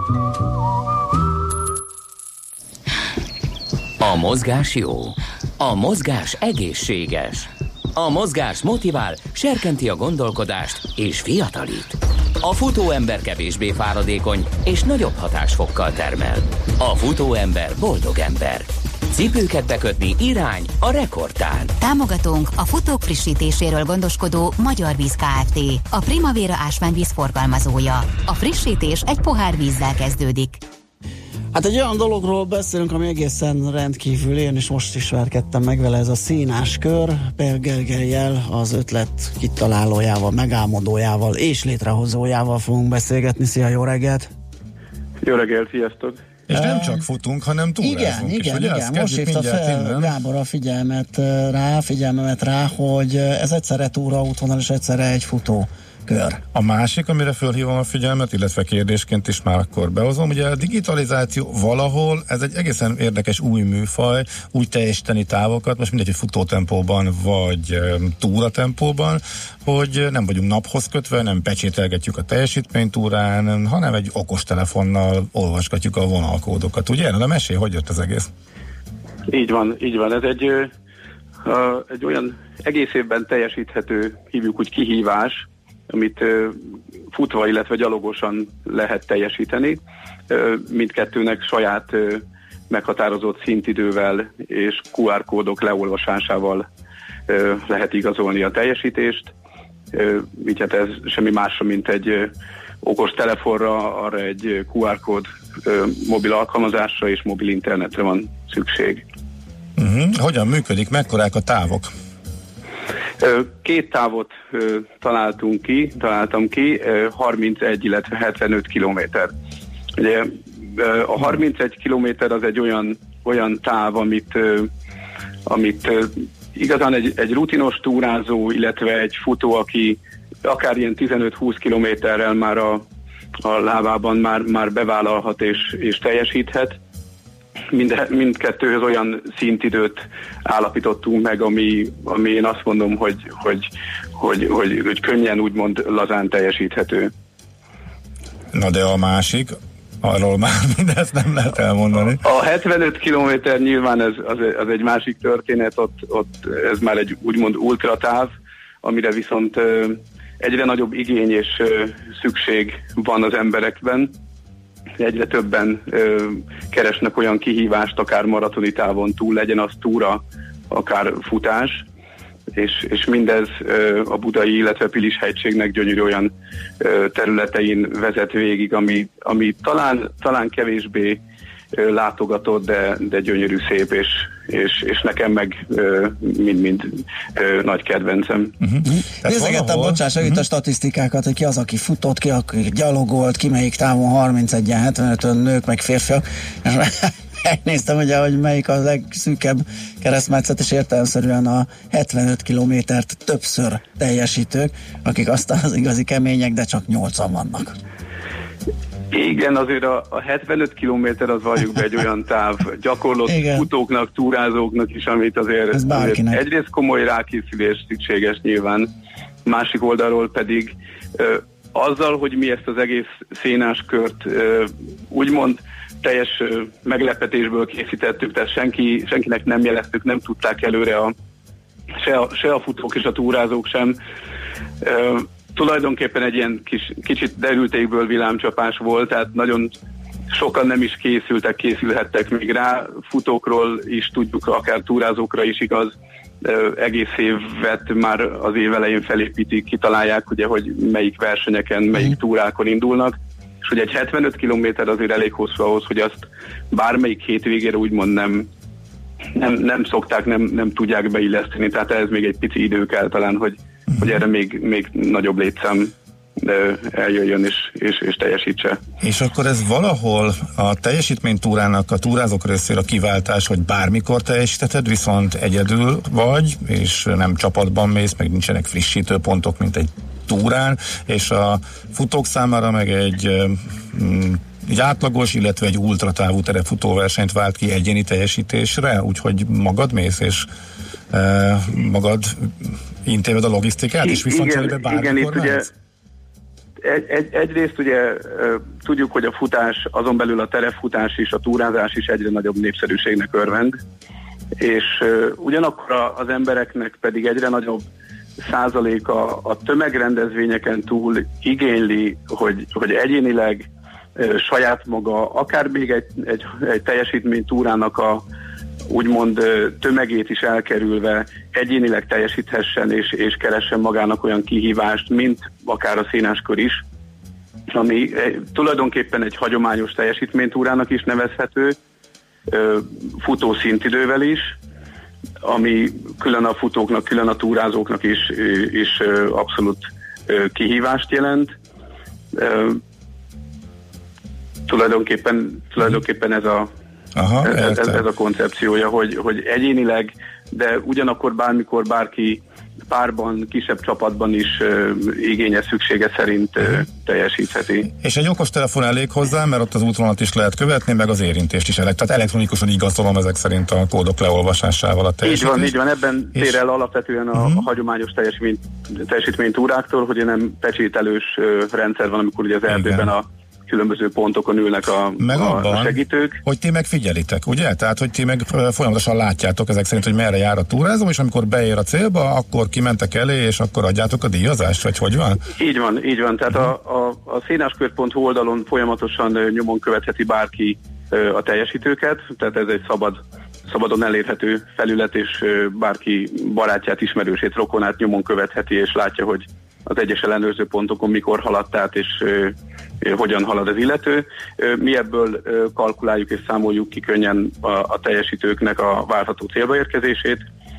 A mozgás jó. A mozgás egészséges. A mozgás motivál, serkenti a gondolkodást és fiatalít. A futóember kevésbé fáradékony és nagyobb hatásfokkal termel. A futóember boldog ember. Cipőket bekötni irány a Rekordtán. Támogatónk a futók frissítéséről gondoskodó Magyar Víz Kft. A Primavera ásványvíz forgalmazója. A frissítés egy pohár vízzel kezdődik. Hát egy olyan dologról beszélünk, ami egészen rendkívül, én is most ismerkedtem meg vele, ez a színáskör. Pél Gergellyel, az ötlet kitalálójával, megálmodójával és létrehozójával fogunk beszélgetni. Szia, jó reggelt! Jó reggelt, sziasztok! És nem csak futunk, hanem túrázunk. Igen, igen, és igen. Most hívta fel Gábor a figyelmet rá, figyelmemet rá, hogy ez egyszerre túraútvonal és egyszerre egy futókör. A másik, amire fölhívom a figyelmet, illetve kérdésként is már akkor behozom, ugye a digitalizáció valahol, ez egy egészen érdekes új műfaj, új teljesíteni távokat, most mindegy, hogy futótempóban vagy um, túratempóban, hogy nem vagyunk naphoz kötve, nem pecsételgetjük a teljesítménytúrán, hanem egy okostelefonnal olvasgatjuk a vonalkódokat. Ugye? Na, de mesélj, hogy jött az egész? Így van, így van. Ez egy, ö, ö, egy olyan egész évben teljesíthető, hívjuk úgy kihívás, amit ö, futva, illetve gyalogosan lehet teljesíteni. Ö, mindkettőnek saját ö, meghatározott szintidővel és kú er kódok leolvasásával ö, lehet igazolni a teljesítést. Ö, így hát ez semmi másra, mint egy ö, okos telefonra, arra egy kú er kód ö, mobil alkalmazásra és mobil internetre van szükség. Uh-huh. Hogyan működik? Mekkorák a távok? Két távot ö, találtunk ki, találtam ki, ö, harmincegy, illetve hetvenöt kilométer. Ugye ö, a harmincegy kilométer az egy olyan, olyan táv, amit, ö, amit ö, igazán egy, egy rutinos túrázó, illetve egy futó, aki akár ilyen tizenöt-húsz kilométerrel már a, a lábában már, már bevállalhat és, és teljesíthet. Mind, mindkettőhöz olyan szintidőt állapítottunk meg, ami, ami én azt mondom, hogy, hogy, hogy, hogy, hogy könnyen úgymond lazán teljesíthető. Na de a másik, arról már mindezt nem lehet elmondani. A, a hetvenöt kilométer nyilván ez, az, az egy másik történet, ott, ott ez már egy úgymond ultratáv, amire viszont egyre nagyobb igény és szükség van az emberekben. Egyre többen ö, keresnek olyan kihívást, akár maratoni távon túl, legyen az túra, akár futás, és, és mindez ö, a budai, illetve Pilis-hegységnek gyönyörű olyan ö, területein vezet végig, ami, ami talán, talán kevésbé ö, látogatott, de, de gyönyörű, szép, és, és, és nekem meg ö, mind-mind ö, nagy kedvencem. Uh-huh. Nézegettem, valahol... bocsáss, uh-huh. a statisztikákat, hogy ki az, aki futott, ki, aki gyalogolt, ki melyik távon harmincegyen, hetvenötön nők, meg férfiak. Megnéztem ugye, hogy melyik a legszűkebb keresztmetszet, és értelemszerűen a hetvenöt kilométert többször teljesítők, akik aztán az igazi kemények, de csak nyolcan vannak. Igen, azért a, a hetvenöt kilométer az valljuk be egy olyan táv gyakorlott Igen. futóknak, túrázóknak is, amit azért, azért egyrészt komoly rákészülés szükséges nyilván, másik oldalról pedig ö, azzal, hogy mi ezt az egész szénáskört ö, úgymond teljes ö, meglepetésből készítettük, tehát senki, senkinek nem jeleztük, nem tudták előre a, se, a, se a futók és a túrázók sem. Ö, Tulajdonképpen egy ilyen kis, kicsit derültékből villámcsapás volt, tehát nagyon sokan nem is készültek, készülhettek még rá. Futókról is tudjuk, akár túrázókra is igaz, egész évet már az év elején felépítik, kitalálják, ugye, hogy melyik versenyeken, melyik túrákon indulnak, és hogy egy hetvenöt kilométer azért elég hosszú ahhoz, hogy azt bármelyik hétvégére úgymond nem, nem, nem szokták, nem, nem tudják beilleszteni, tehát ez még egy pici idő kell talán, hogy hogy erre még, még nagyobb létszám eljöjjön és, és, és teljesítse. És akkor ez valahol a teljesítménytúrának a túrázók részére a kiváltás, hogy bármikor teljesítheted, viszont egyedül vagy, és nem csapatban mész, meg nincsenek frissítő pontok, mint egy túrán, és a futók számára meg egy, egy átlagos, illetve egy ultratávú terefutóversenyt vált ki egyéni teljesítésre, úgyhogy magad mész, és e, magad intéved a logisztikát, és viszont cserébe bármikor ugye egy, egy, egyrészt ugye tudjuk, hogy a futás, azon belül a terepfutás is, a túrázás is egyre nagyobb népszerűségnek örvend, és ugyanakkor az embereknek pedig egyre nagyobb százaléka a tömegrendezvényeken túl igényli, hogy, hogy egyénileg saját maga, akár még egy, egy, egy teljesítménytúrának a úgymond tömegét is elkerülve egyénileg teljesíthessen és, és keressen magának olyan kihívást, mint akár a színáskör is, ami tulajdonképpen egy hagyományos teljesítménytúrának is nevezhető, futó szintidővel is, ami külön a futóknak, külön a túrázóknak is, is abszolút kihívást jelent. Tulajdonképpen, tulajdonképpen ez a Aha, ez, ez, ez a koncepciója, hogy, hogy egyénileg, de ugyanakkor bármikor bárki párban, kisebb csapatban is uh, igénye, szüksége szerint uh, teljesítheti. És egy okostelefon elég hozzá, mert ott az útvonalat is lehet követni, meg az érintést is elég. Tehát elektronikusan igazolom ezek szerint a kódok leolvasásával a teljesítést. Így van, így van. Ebben és... tér el alapvetően a, uh-huh. a hagyományos teljesítmény, teljesítménytúráktól, hogy nem pecsételős uh, rendszer van, amikor ugye az erdőben a különböző pontokon ülnek a, meg a, abban, a segítők. Hogy ti meg figyelitek, ugye? Tehát, hogy ti meg folyamatosan látjátok ezek szerint, hogy merre jár a túrázó, és amikor beér a célba, akkor kimentek elé, és akkor adjátok a díjazást, vagy hogy van? Így van, így van. Tehát uh-huh. a, a, a színáskör pont hu oldalon folyamatosan nyomon követheti bárki a teljesítőket, tehát ez egy szabad, szabadon elérhető felület, és bárki barátját, ismerősét, rokonát nyomon követheti, és látja, hogy az egyes ellenőrző pontokon mikor haladt át, és ö, ö, hogyan halad az illető. Ö, mi ebből ö, kalkuláljuk és számoljuk ki könnyen a, a teljesítőknek a várható célba érkezését,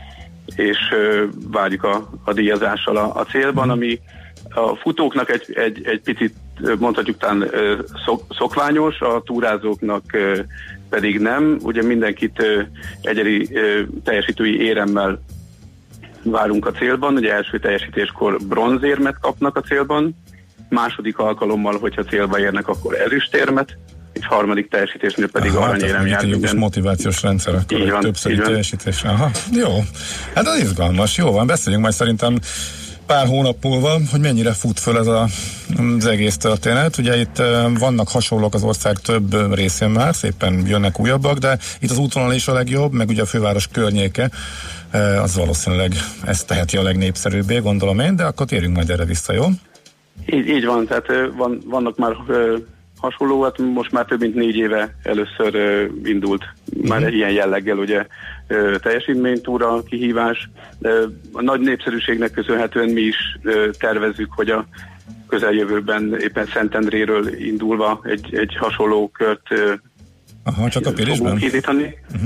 és ö, várjuk a, a díjazással a, a célban, ami a futóknak egy, egy, egy picit mondhatjuk talán szok, szokványos, a túrázóknak ö, pedig nem. Ugye mindenkit ö, egyedi ö, teljesítői éremmel várunk a célban, ugye első teljesítéskor bronzérmet kapnak a célban, második alkalommal, hogyha célba érnek, akkor ezüstérmet, és harmadik teljesítésnél pedig aranyérem jár. Egy jogos motivációs rendszer, akkor egy többszöri teljesítés. Aha, jó. Hát az izgalmas, jó van, beszéljünk majd szerintem pár hónap múlva, hogy mennyire fut föl ez a, az egész történet. Ugye itt vannak hasonlók az ország több részén már, szépen jönnek újabbak, de itt az útvonal is a legjobb, meg ugye a főváros környéke, az valószínűleg ezt teheti a legnépszerűbbé, gondolom én, de akkor térjünk majd erre vissza, jó? Így, így van, tehát van, vannak már hasonló, hát most már több mint négy éve először indult uh-huh. már egy ilyen jelleggel ugye teljesítménytúra kihívás. A nagy népszerűségnek köszönhetően mi is tervezzük, hogy a közeljövőben éppen Szentendréről indulva egy, egy hasonló kört Aha, csak a fogunk indítani. Uh-huh.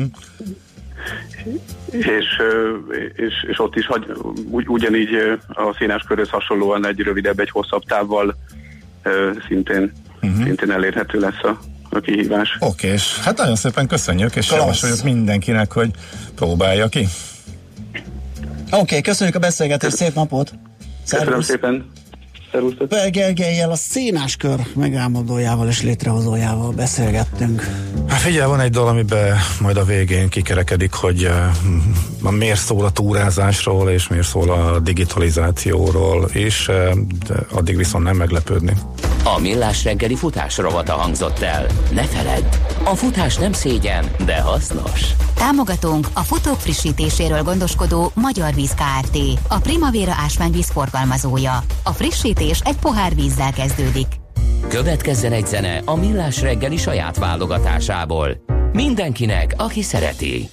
És, és, és ott is hagy, ugy, ugyanígy a színáskörhöz hasonlóan egy rövidebb, egy hosszabb távval szintén, uh-huh. szintén elérhető lesz a, a kihívás. Oké, és hát nagyon szépen köszönjük, és javasoljuk mindenkinek, hogy próbálja ki. Oké, okay, köszönjük a beszélgetést, szép napot! Köszönöm Szervusz. szépen! Pál Gergellyel, a színáskör megálmodójával és létrehozójával beszélgettünk. Hát figyelj, van egy dal, amiben majd a végén kikerekedik, hogy uh, miért szól a túrázásról, és miért szól a digitalizációról, és uh, addig viszont nem meglepődni. A Millás reggeli futás rovata hangzott el. Ne feledd, a futás nem szégyen, de hasznos. Támogatónk a futók frissítéséről gondoskodó Magyar Víz Kft. A Primavera ásványvíz forgalmazója. A frissítés egy pohár vízzel kezdődik. Következzen egy zene a Millás reggeli saját válogatásából. Mindenkinek, aki szereti.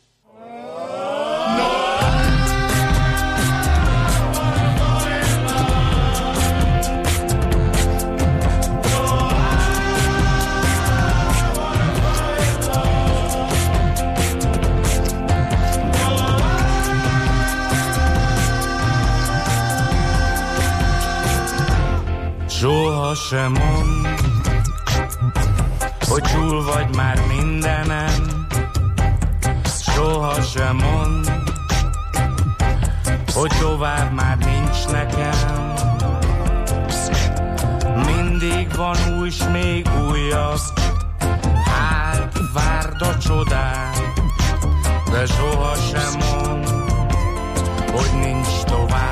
Soha sem mond, hogy túl vagy már mindenem. Soha sem mond, hogy tovább már nincs nekem. Mindig van új, s még újabb. Hát várd a csodát, de soha sem mond, hogy nincs tovább.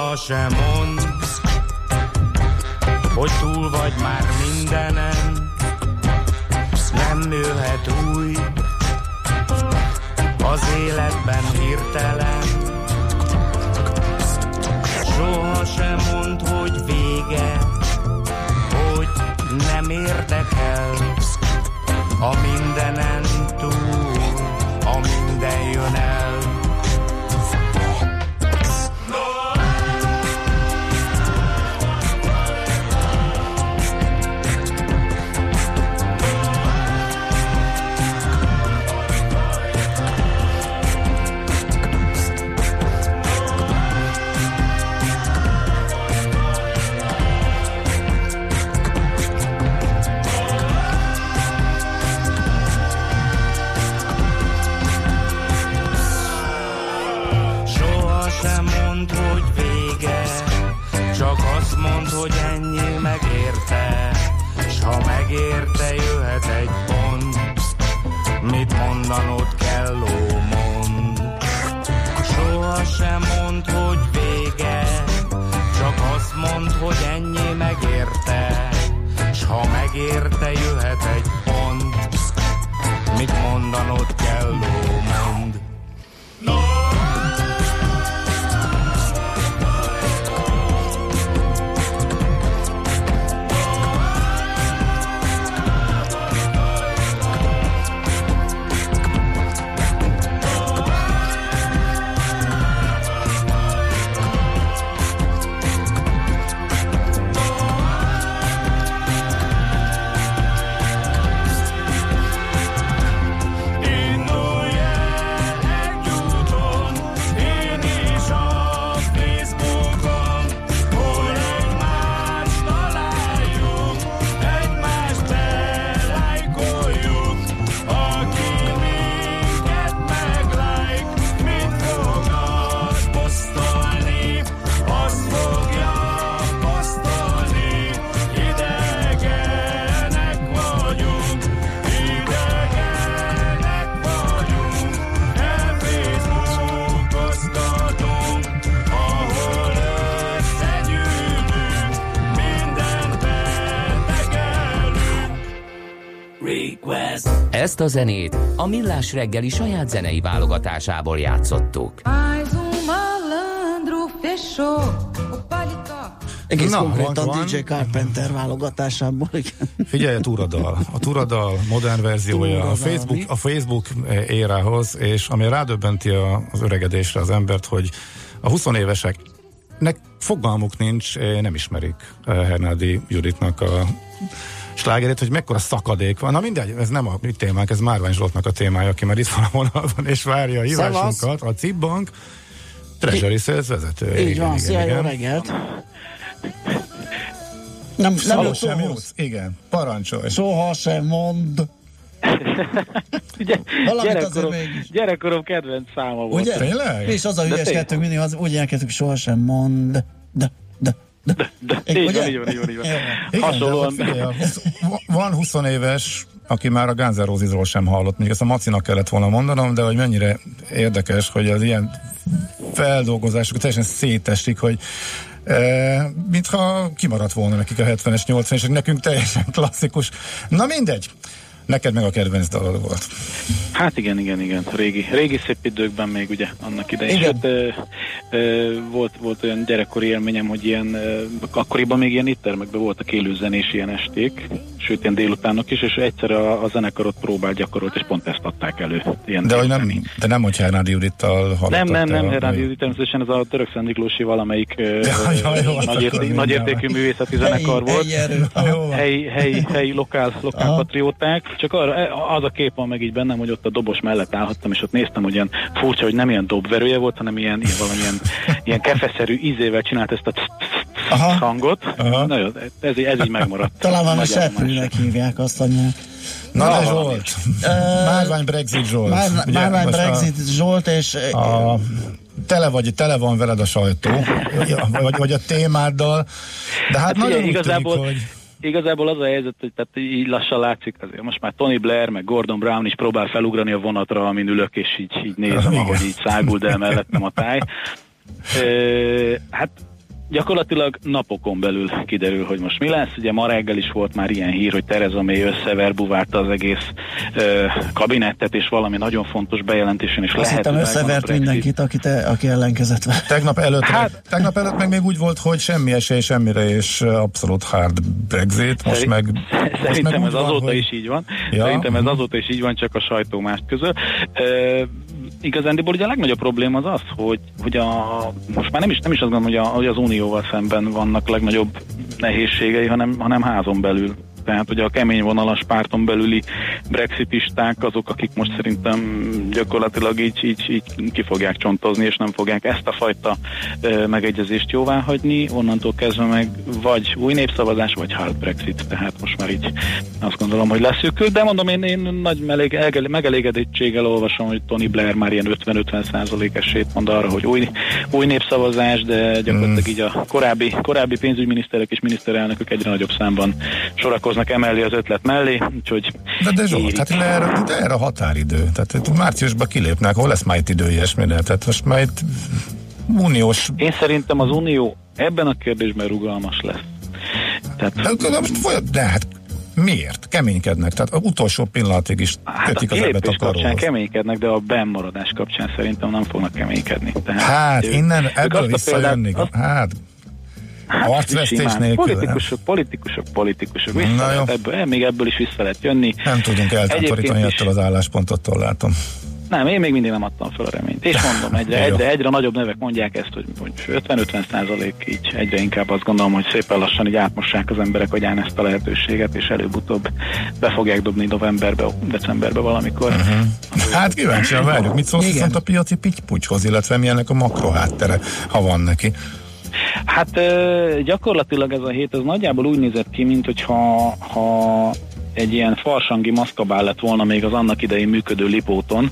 Soha sem mondd, hogy túl vagy már mindenen, nem nőhet új az életben hirtelen. Soha sem mondd, hogy vége, hogy nem érdekel a mindenen túl, a minden jön el. Mondd, hogy ennyi megérte, s ha megérte, jöhet egy pont, mit mondanod kell, ó, mond. Soha sem mondd, hogy vége, csak azt mondd, hogy ennyi megérte, s ha megérte, jöhet egy pont, mit mondanod kell, ó, mond. Ezt a zenét a Millás reggeli saját zenei válogatásából játszottuk. Egész Na, konkrétan van, dé dzsé Carpenter válogatásából, igen. Figyelj, a túradal. A túradal modern verziója a Facebook, a Facebook érához, és ami rádöbbenti az öregedésre az embert, hogy a huszonéveseknek fogalmuk nincs, nem ismerik Hernádi Juditnak a slágerét, hogy mekkora szakadék van. Na mindegy, ez nem a mi témánk, ez Márvány Zsoltnak a témája, aki már itt van a vonalban, és várja a hívásunkat. A cé i bé Bank Treasury Sales vezetője. Így van, szia, jó reggelt! Nem, nem sem jutsz. Igen, parancsolj. Soha sem mondd. Gyerekkorom, gyerekkorom kedvenc száma volt. Ugye? Tényleg? És az a hülyeskedtünk mindig, az úgy elkezdtük, soha sem mondd. De, de, de. de, de. Így, így van, így van, így van. Így van. Igen, hasonlóan. Figyelj, van húsz aki már a Guns N' Rosesról sem hallott, még ezt a Macinak kellett volna mondanom, de hogy mennyire érdekes, hogy az ilyen feldolgozások teljesen szétesik, hogy E, mintha kimaradt volna nekik a hetvenes, nyolcvanas, nekünk teljesen klasszikus. Na mindegy, neked meg a kedvenc dalod volt. Hát igen, igen, igen. Régi, régi szép időkben még ugye annak idején. Sőt, ö, ö, volt, volt olyan gyerekkori élményem, hogy ilyen, ö, akkoriban még ilyen éttermekben voltak élőzenés ilyen esték, sőt ilyen délutánok is, és egyszer a, a zenekarot próbált, gyakorolt, és pont ezt adták elő. Ilyen de, hogy nem, de nem, hogy Hernádi Judittal hallottad. Nem, nem, nem, Hernádi Judit, természetesen ez a Török Szent Miklósi valamelyik ja, ja, jó, nagy, érté, nagy értékű művészeti zenekar volt. Helyi, helyi, helyi lokál, lokál patrióták. Csak arra, az a kép van meg így bennem, hogy ott a dobos mellett állhattam, és ott néztem, hogy ilyen furcsa, hogy nem ilyen dobverője volt, hanem ilyen, ilyen valamilyen ilyen kefeszerű ízével csinált ezt a Aha. hangot. Aha. Na jó, ez, ez így megmaradt. Talán van a seprűnek hívják azt anyák. Na, Na de Zsolt, Márvány Brexit Zsolt. Már, Márvány Brexit a, Zsolt, és... A, tele, vagy, tele van veled a sajtó, vagy, vagy a témáddal, de hát, hát nagyon ugye, igazából, tűnik, hogy... Igazából az a helyzet, hogy tehát így lassan látszik, azért most már Tony Blair, meg Gordon Brown is próbál felugrani a vonatra, amin ülök, és így, így nézem, ahogy így száguld el mellettem a táj. E, hát Gyakorlatilag napokon belül kiderül, hogy most mi lesz. Ugye ma reggel is volt már ilyen hír, hogy Theresa May összeverbuvárta az egész ö, kabinettet, és valami nagyon fontos bejelentésen is lehet. Azt összevert mindenkit, aki, te, aki ellenkezett vele. Tegnap előtt, hát, tegnap előtt meg még úgy volt, hogy semmi esély semmire, és abszolút hard Brexit. Most Szerint, meg... Szerintem most ez meg azóta hogy... is így van. Ja? Szerintem ez azóta is így van, csak a sajtó mást közül. Ö, Igazándiból ugye a legnagyobb probléma az az, hogy, hogy a, most már nem is, nem is azt gondolom, hogy, a, hogy az Unióval szemben vannak legnagyobb nehézségei, hanem, hanem házon belül. Tehát ugye a kemény vonalas párton belüli brexitisták azok, akik most szerintem gyakorlatilag így, így, így ki fogják csontozni, és nem fogják ezt a fajta e, megegyezést jóvá hagyni. Onnantól kezdve meg vagy új népszavazás, vagy hard Brexit. Tehát most már így azt gondolom, hogy leszűkül. De mondom, én, én nagy meleg, megelégedettséggel olvasom, hogy Tony Blair már ilyen ötven-ötven százalék esélyt mond arra, hogy új, új népszavazás, de gyakorlatilag mm. így a korábbi, korábbi pénzügyminiszterek és miniszterelnökök egyre nagyobb számban sorakoznak emelni az ötlet mellé, úgyhogy... De, de Zsolt, hát erre, de erre a határidő. Tehát márciusban kilépnek, hol lesz már itt idő ilyesmire? Tehát most már itt uniós... Én szerintem az unió ebben a kérdésben rugalmas lesz. Tehát... De, de, most, de hát miért? Keménykednek. Tehát az utolsó pillanatig is kötik az ebbet a karóhoz. Kapcsán keménykednek, de a bennmaradás kapcsán szerintem nem fognak keménykedni. Tehát hát ő, innen ebből visszajönni. Hát... Hát, arcvesztés nélkül. Politikusok, politikusok, politikusok. Vissza ebből, még ebből is vissza lehet jönni. Nem tudunk eltávolítani ettől az álláspontottól, látom. Nem, én még mindig nem adtam fel a reményt. És mondom, egyre, egyre, egyre nagyobb nevek mondják ezt, hogy, hogy ötven-ötven százalék így egyre inkább azt gondolom, hogy szépen lassan így átmossák az emberek agyán ezt a lehetőséget, és előbb-utóbb be fogják dobni novemberbe, decemberbe valamikor. Uh-huh. Hát kíváncsian várjuk, mit szólsz viszont a piaci pitty-putyhoz, illetve milyennek a makro háttere, ha van neki. Hát gyakorlatilag ez a hét ez nagyjából úgy nézett ki, mint hogyha ha egy ilyen farsangi maszkabál lett volna még az annak idején működő Lipóton,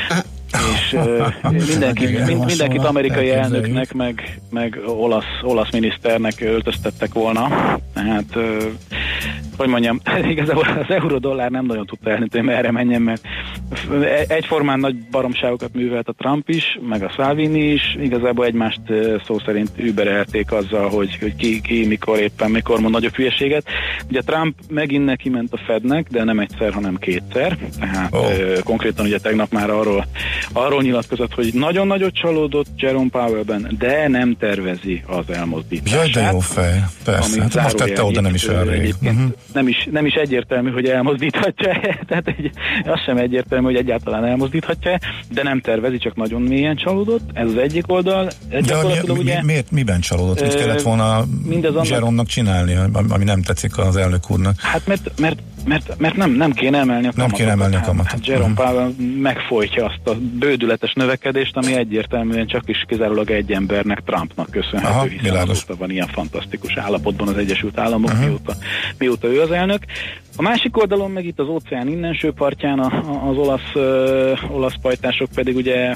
és uh, mindenki, mind, mindenkit amerikai elnöknek, meg, meg olasz, olasz miniszternek öltöztettek volna. Tehát, uh, hogy mondjam, igazából az euró-dollár nem nagyon tudta elnönteni, merre menjen, mert egyformán nagy baromságokat művelt a Trump is, meg a Salvini is, igazából egymást szó szerint überelték azzal, hogy, hogy ki, ki, mikor éppen, mikor mond nagyobb hülyeséget. Ugye Trump megint neki ment a Fednek, de nem egyszer, hanem kétszer. Tehát oh. uh, konkrétan ugye tegnap már arról, arról nyilatkozott, hogy nagyon nagyot csalódott Jerome Powellben, de nem tervezi az elmozdítását. Jaj, de jó fej. Persze, hát most tette oda nem is olyan rég. Uh-huh. Nem is, nem is egyértelmű, hogy elmozdíthatja, tehát egy, az sem egyértelmű, hogy egyáltalán elmozdíthatja, de nem tervezi, csak nagyon mélyen csalódott. Ez az egyik oldal. De mi, mi, ugye, miért, miben csalódott? Mit kellett volna Jerome-nak csinálni, ami nem tetszik az elnök úrnak? Hát mert, mert Mert, mert nem, nem kéne emelni a kamatot. Nem kéne emelni a kamatot. Hát Jerome Powell megfojtja azt a bődületes növekedést, ami egyértelműen csak is kizárólag egy embernek, Trumpnak köszönhető, aha, hiszen azóta van ilyen fantasztikus állapotban az Egyesült Államok, uh-huh. mióta, mióta ő az elnök. A másik oldalon meg itt az óceán innenső partján a, a, az olasz, ö, olasz pajtások pedig ugye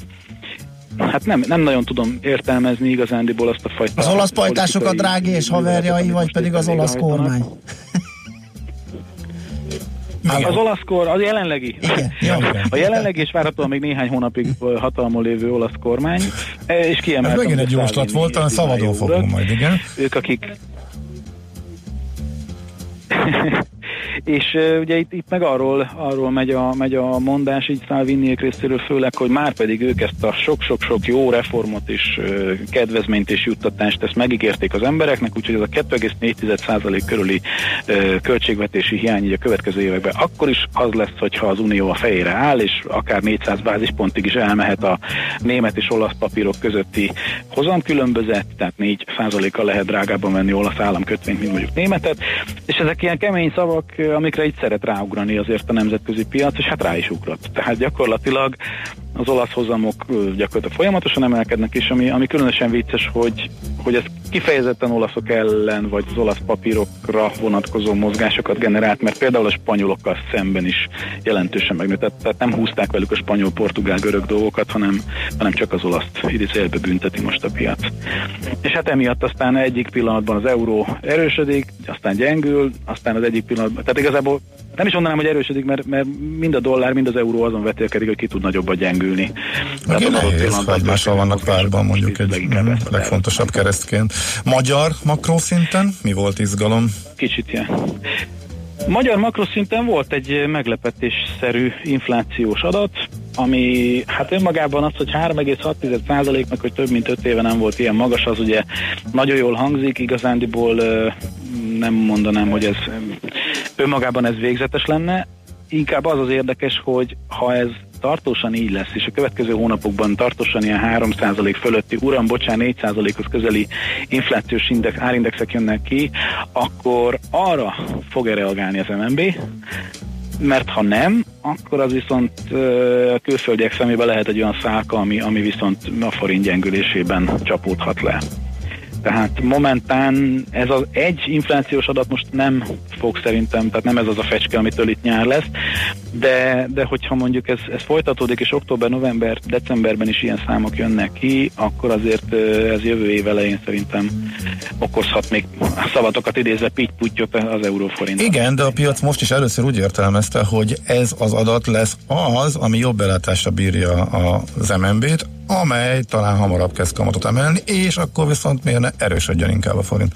hát nem, nem nagyon tudom értelmezni igazándiból azt a fajta... Az olasz pajtások a Drági és haverjai, vagy pedig az olasz kormány? Igen. Az olasz kor, az jelenlegi. Igen. A jelenlegi és várhatóan még néhány hónapig hatalmon lévő olasz kormány, és kiemeltem. Ez megint egy jóslat volt, a szabadon fogunk majd, igen. Ők, akik... És uh, ugye itt, itt meg arról, arról megy, a, megy a mondás így Salviniék részéről főleg, hogy már pedig ők ezt a sok-sok-sok jó reformot és uh, kedvezményt és juttatást ezt megígérték az embereknek, úgyhogy ez a kettő egész négy százalék körüli uh, költségvetési hiány így a következő években akkor is az lesz, hogyha az Unió a fejére áll, és akár négyszáz bázispontig is elmehet a német és olasz papírok közötti hozamkülönbözet, tehát négy százalékkal lehet drágábban venni olasz államkötvényt, mint mondjuk németet, és ezek ilyen kemény szavak, amikre itt szeret ráugrani azért a nemzetközi piac, és hát rá is ugrott. Tehát gyakorlatilag az olasz hozamok gyakorlatilag folyamatosan emelkednek, és ami, ami különösen vicces, hogy, hogy ez kifejezetten olaszok ellen, vagy az olasz papírokra vonatkozó mozgásokat generált, mert például a spanyolokkal szemben is jelentősen megnőtt. Tehát, tehát nem húzták velük a spanyol, portugál, görög dolgokat, hanem, hanem csak az olaszt idézőjelbe bünteti most a piac. És hát emiatt aztán egyik pillanatban az euró erősödik, aztán gyengül, aztán az egyik pillanatban, tehát igazából nem is mondanám, hogy erősödik, mert, mert mind a dollár, mind az euró azon vetélkedik, hogy ki tud nagyobban gyengülni. Meg nehéz, egymással vannak párban mondjuk egy legfontosabb keresztként. Magyar makroszinten mi volt izgalom? Kicsit ilyen. Magyar makroszinten volt egy meglepetésszerű inflációs adat, ami hát önmagában az, hogy három egész hat százaléknak, hogy több mint öt éve nem volt ilyen magas, az ugye nagyon jól hangzik, igazándiból nem mondanám, hogy ez önmagában ez végzetes lenne, inkább az az érdekes, hogy ha ez tartósan így lesz, és a következő hónapokban tartósan ilyen három százalék fölötti, uram, bocsán, négy százalékhoz közeli inflációs index, árindexek jönnek ki, akkor arra fog-e reagálni az em en bé, mert ha nem, akkor az viszont a külföldiek szemében lehet egy olyan szálka, ami, ami viszont a forint gyengülésében csapódhat le. Tehát momentán ez az egy inflációs adat most nem fog szerintem, tehát nem ez az a fecske, amitől itt nyár lesz, de, de hogyha mondjuk ez, ez folytatódik, és október, november, decemberben is ilyen számok jönnek ki, akkor azért ez jövő év elején szerintem okozhat még szavatokat idézve pitty-puttyot az euróforint. Igen, de a piac most is először úgy értelmezte, hogy ez az adat lesz az, ami jobb belátásra bírja az em en bé-t, amely talán hamarabb kezd kamatot emelni, és akkor viszont miért ne erősödjön inkább a forint?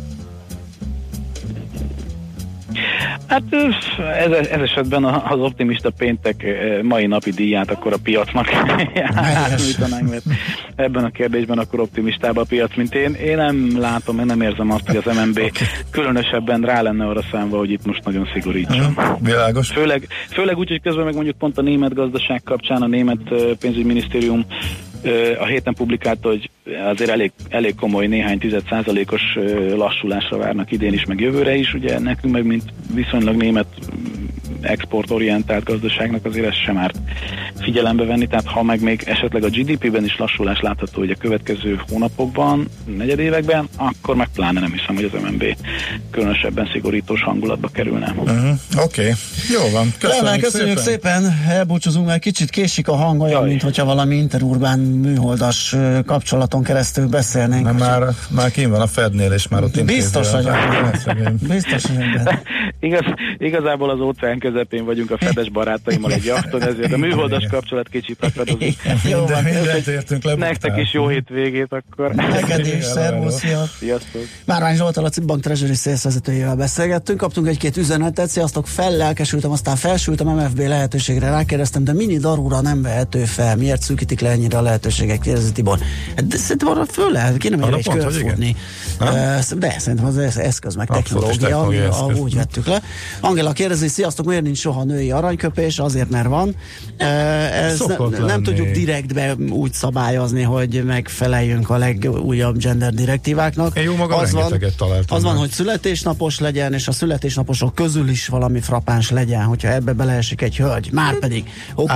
Hát ez, ez esetben az optimista péntek mai napi díját akkor a piacnak árultanánk, mert ebben a kérdésben akkor optimistább a piac, mint én. Én nem látom, én nem érzem azt, hogy az em en bé különösebben rá lenne arra számva, hogy itt most nagyon szigorítson. Uh-huh. Világos. Főleg, főleg úgy, hogy közben meg mondjuk pont a német gazdaság kapcsán a német pénzügyminisztérium a héten publikálta, hogy azért elég, elég komoly, néhány tized százalékos lassulásra várnak idén is, meg jövőre is. Ugye nekünk meg, mint viszonylag német exportorientált gazdaságnak azért ezt sem árt figyelembe venni, tehát ha meg még esetleg a gé dé pében is lassulás látható, hogy a következő hónapokban, negyedévekben, akkor meg pláne nem hiszem, hogy az em en bé különösebben szigorítós hangulatba kerülne. Uh-huh. Oké, okay. Jó van. Köszönjük, köszönjük szépen. szépen. Elbúcsúzunk, mert kicsit késik a hang, olyan, mint hogyha valami interurbán műholdas kapcsolaton keresztül beszélnénk. Nem, már, már kín van a Fednél, és már ott biztos vagyok. Biztos vagyok. Igaz, igazából az óceán közepén vagyunk a Fedes barátaimmal egy jachton, ezért a műholdas kapcsolat kicsit akadozik. Jó, de mindent értünk le. Nektek is jó hétvégét akkor. Neked is, szervusz, sziasztok. Márvány Zsolttal, a Cibbank Treasury Sales vezetőjével beszélgettünk, kaptunk egy-két üzenetet, sziasztok, fellelkesültem, aztán felsültem, em ef bé lehetőségre rákérdeztem, de mini darúra nem vehető fel, miért szűkítik le ennyire a lehetőségek, kérdezi Tibor. De szerintem arra föl lehet, ki nem ér egy kört futni. De szerintem az eszköz meg technológia, úgy vettük le. Angela kérdezi, sziasztok, miért nincs soha női aranyköpés? Azért, mert van. Ez ne, nem tudjuk direktbe úgy szabályozni, hogy megfeleljünk a legújabb gender direktíváknak. Én jó magam az van, találtam. az van, hogy születésnapos legyen, és a születésnaposok közül is valami frappáns legyen, hogyha ebbe beleesik egy hölgy. Márpedig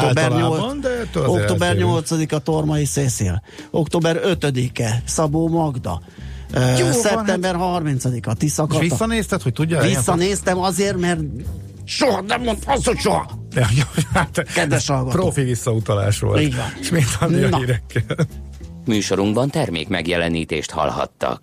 október nyolcadika Tormai Cécil, október ötödike Szabó Magda, Jó, uh, szeptember harmincadika Tisza Kata. És visszanézted, hogy tudja? Visszanéztem azért, mert soha nem mond azt, hogy soha. Ja, ja, hát kedves hallgató. Profi visszautalás volt. Így van. És mint adni a hírekkel. Műsorunkban termék megjelenítést hallhattak.